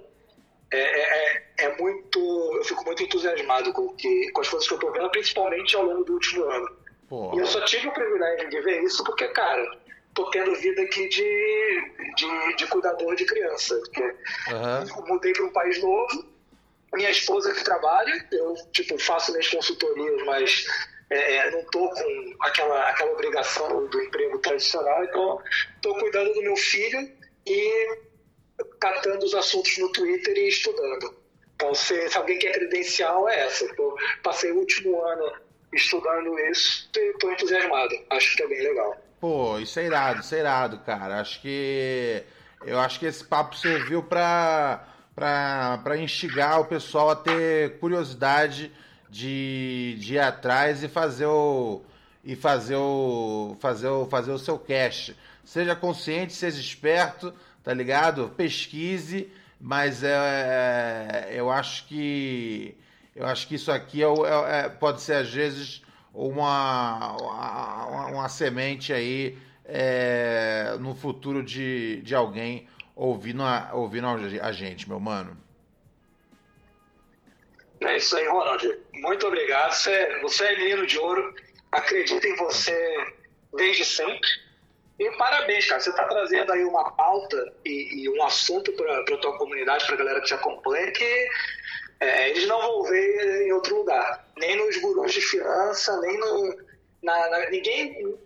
eu fico muito entusiasmado com as coisas que eu tô vendo, principalmente ao longo do último ano. Porra. E eu só tive o privilégio de ver isso porque, cara, tô tendo vida aqui de cuidador de criança. Porque eu mudei para um país novo, minha esposa que trabalha, eu, tipo, faço minhas consultorias, mas não tô com aquela obrigação do emprego tradicional, então tô cuidando do meu filho e catando os assuntos no Twitter e estudando. Então, se alguém quer credencial, é essa. Eu passei o último ano estudando isso e tô entusiasmado. Acho que é bem legal. Pô, isso é irado, cara. Eu acho que esse papo serviu pra instigar o pessoal a ter curiosidade de ir atrás e fazer o seu cash. Seja consciente, seja esperto, tá ligado? Pesquise, mas eu acho que isso aqui pode ser às vezes uma semente aí no futuro de alguém ouvindo a gente, meu mano. É isso aí, Ronald. Muito obrigado. Você é menino de ouro. Acredito em você desde sempre. E parabéns, cara. Você tá trazendo aí uma pauta e um assunto pra tua comunidade, pra galera que te acompanha, que eles não vão ver em outro lugar. Nem nos gurus de finança, nem ninguém...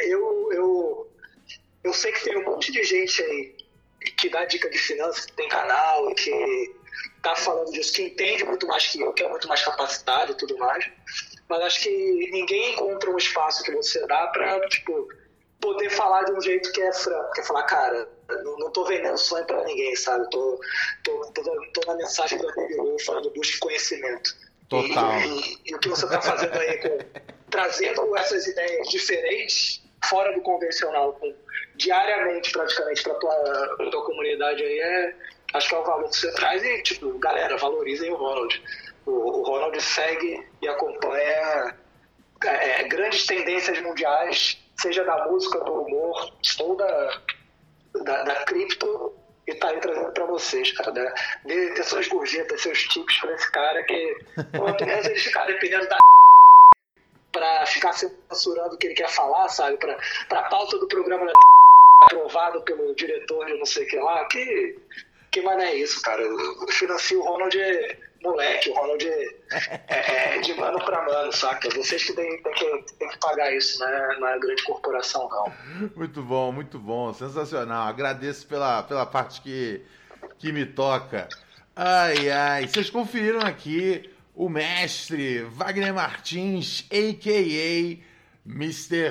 Eu sei que tem um monte de gente aí que dá dica de finanças, que tem canal e que tá falando disso, que entende muito mais que eu, que é muito mais capacitado e tudo mais. Mas acho que ninguém encontra um espaço que você dá pra, tipo, poder falar de um jeito que é franco. Que é falar, cara, não tô vendendo sonho pra ninguém, sabe? Tô na mensagem do amigo falando busca conhecimento. Total. E o que você tá fazendo aí, trazendo essas ideias diferentes, fora do convencional, diariamente praticamente pra tua comunidade aí, acho que é o valor que você traz. E, tipo, galera, valorizem o Ronald. O Ronald segue e acompanha grandes tendências mundiais, seja da música, do humor ou da cripto, e tá aí trazendo pra vocês, cara. Dê suas gorjetas, seus tips pra esse cara, que quanto menos ele ficar dependendo da pra ficar censurando o que ele quer falar, sabe? Pra pauta do programa aprovado pelo diretor de não sei o que lá, que mané é isso, cara? Eu financio o Ronald moleque, o Ronald de mano pra mano, saca? Vocês que tem que pagar isso, né? Não é grande corporação, não. Muito bom, sensacional. Agradeço pela parte que me toca. Ai, vocês conferiram aqui o mestre Wagner Martins, a.k.a. Mr.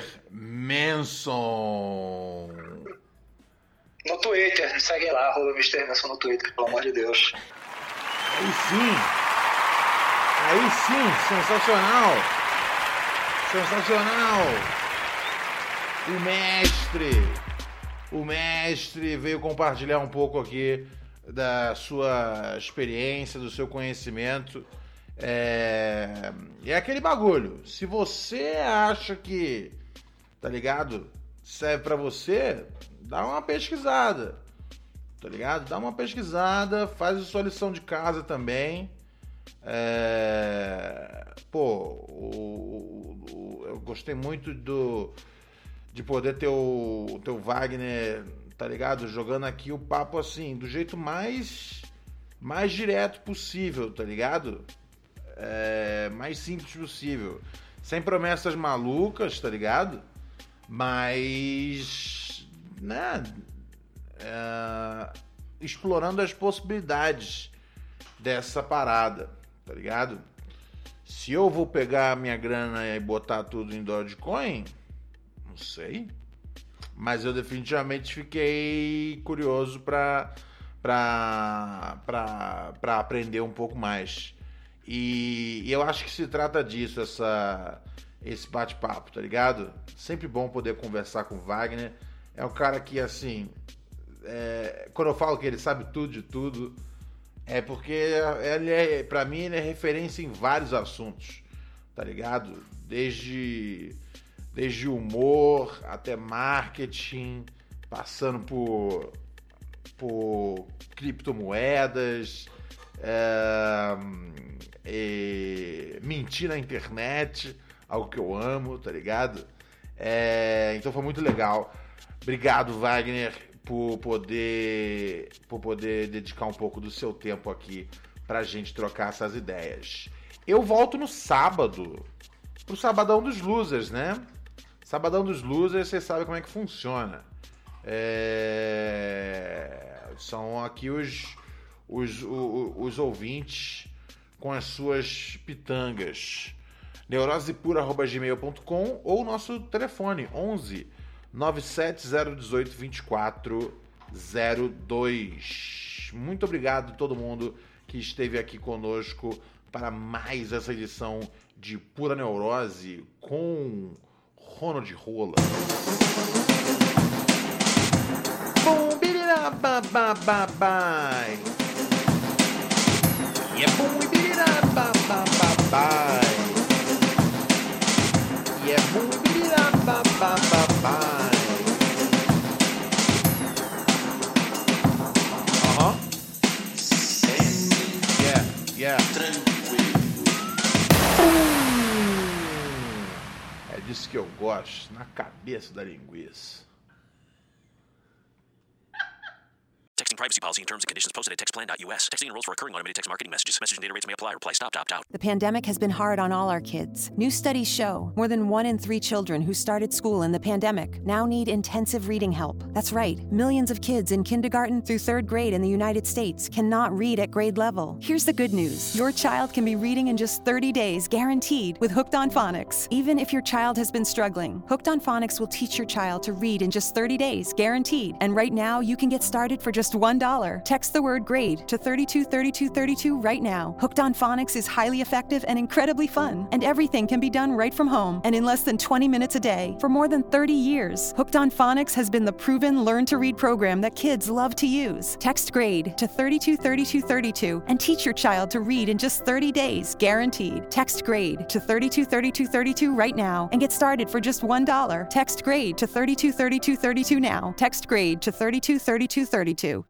Manson. No Twitter, me segue lá, @Mr. Manson no Twitter, pelo amor de Deus. Aí sim, sensacional. O mestre veio compartilhar um pouco aqui da sua experiência, do seu conhecimento. É aquele bagulho. Se você acha que, tá ligado, serve pra você, dá uma pesquisada, tá ligado? Dá uma pesquisada, faz a sua lição de casa também. Eu gostei muito de poder ter o teu Wagner, tá ligado? Jogando aqui o papo assim, do jeito mais direto possível, tá ligado? Mais simples possível. Sem promessas malucas, tá ligado? Mas, né? Explorando as possibilidades dessa parada, tá ligado? Se eu vou pegar a minha grana e botar tudo em Dogecoin, não sei. Mas eu definitivamente fiquei curioso pra aprender um pouco mais. E eu acho que se trata disso, esse bate-papo, tá ligado? Sempre bom poder conversar com o Wagner. É um cara que, assim, quando eu falo que ele sabe tudo de tudo, é porque ele pra mim, ele é referência em vários assuntos, tá ligado? Desde humor até marketing, passando por criptomoedas, mentir na internet, algo que eu amo, tá ligado? Então foi muito legal. Obrigado, Wagner, por poder dedicar um pouco do seu tempo aqui pra gente trocar essas ideias. Eu volto no sábado, pro Sabadão dos Losers, né? Sabadão dos Losers, vocês sabem como é que funciona. São aqui os ouvintes com as suas pitangas. neurosepura@gmail.com ou nosso telefone 11 97018 2402. Muito obrigado a todo mundo que esteve aqui conosco para mais essa edição de Pura Neurose com Ronald Rola. Bom, birira, babai. E é bom, birira, babai. E é bom, birira, babai. Yeah. É disso que eu gosto, na cabeça da linguiça. Texting privacy policy and terms and conditions posted at textplan.us. Texting enrolls for recurring automated text marketing messages. Message and data rates may apply. Reply stop to opt out. The pandemic has been hard on all our kids. New studies show more than 1 in 3 children who started school in the pandemic now need intensive reading help. That's right. Millions of kids in kindergarten through 3rd grade in the United States cannot read at grade level. Here's the good news. Your child can be reading in just 30 days, guaranteed, with Hooked on Phonics. Even if your child has been struggling, Hooked on Phonics will teach your child to read in just 30 days, guaranteed. And right now, you can get started for just $1. Text the word GRADE to 323232 right now. Hooked on Phonics is highly effective and incredibly fun, and everything can be done right from home and in less than 20 minutes a day. For more than 30 years, Hooked on Phonics has been the proven learn-to-read program that kids love to use. Text GRADE to 323232 and teach your child to read in just 30 days, guaranteed. Text GRADE to 323232 right now and get started for just $1. Text GRADE to 323232 now. Text GRADE to 323232.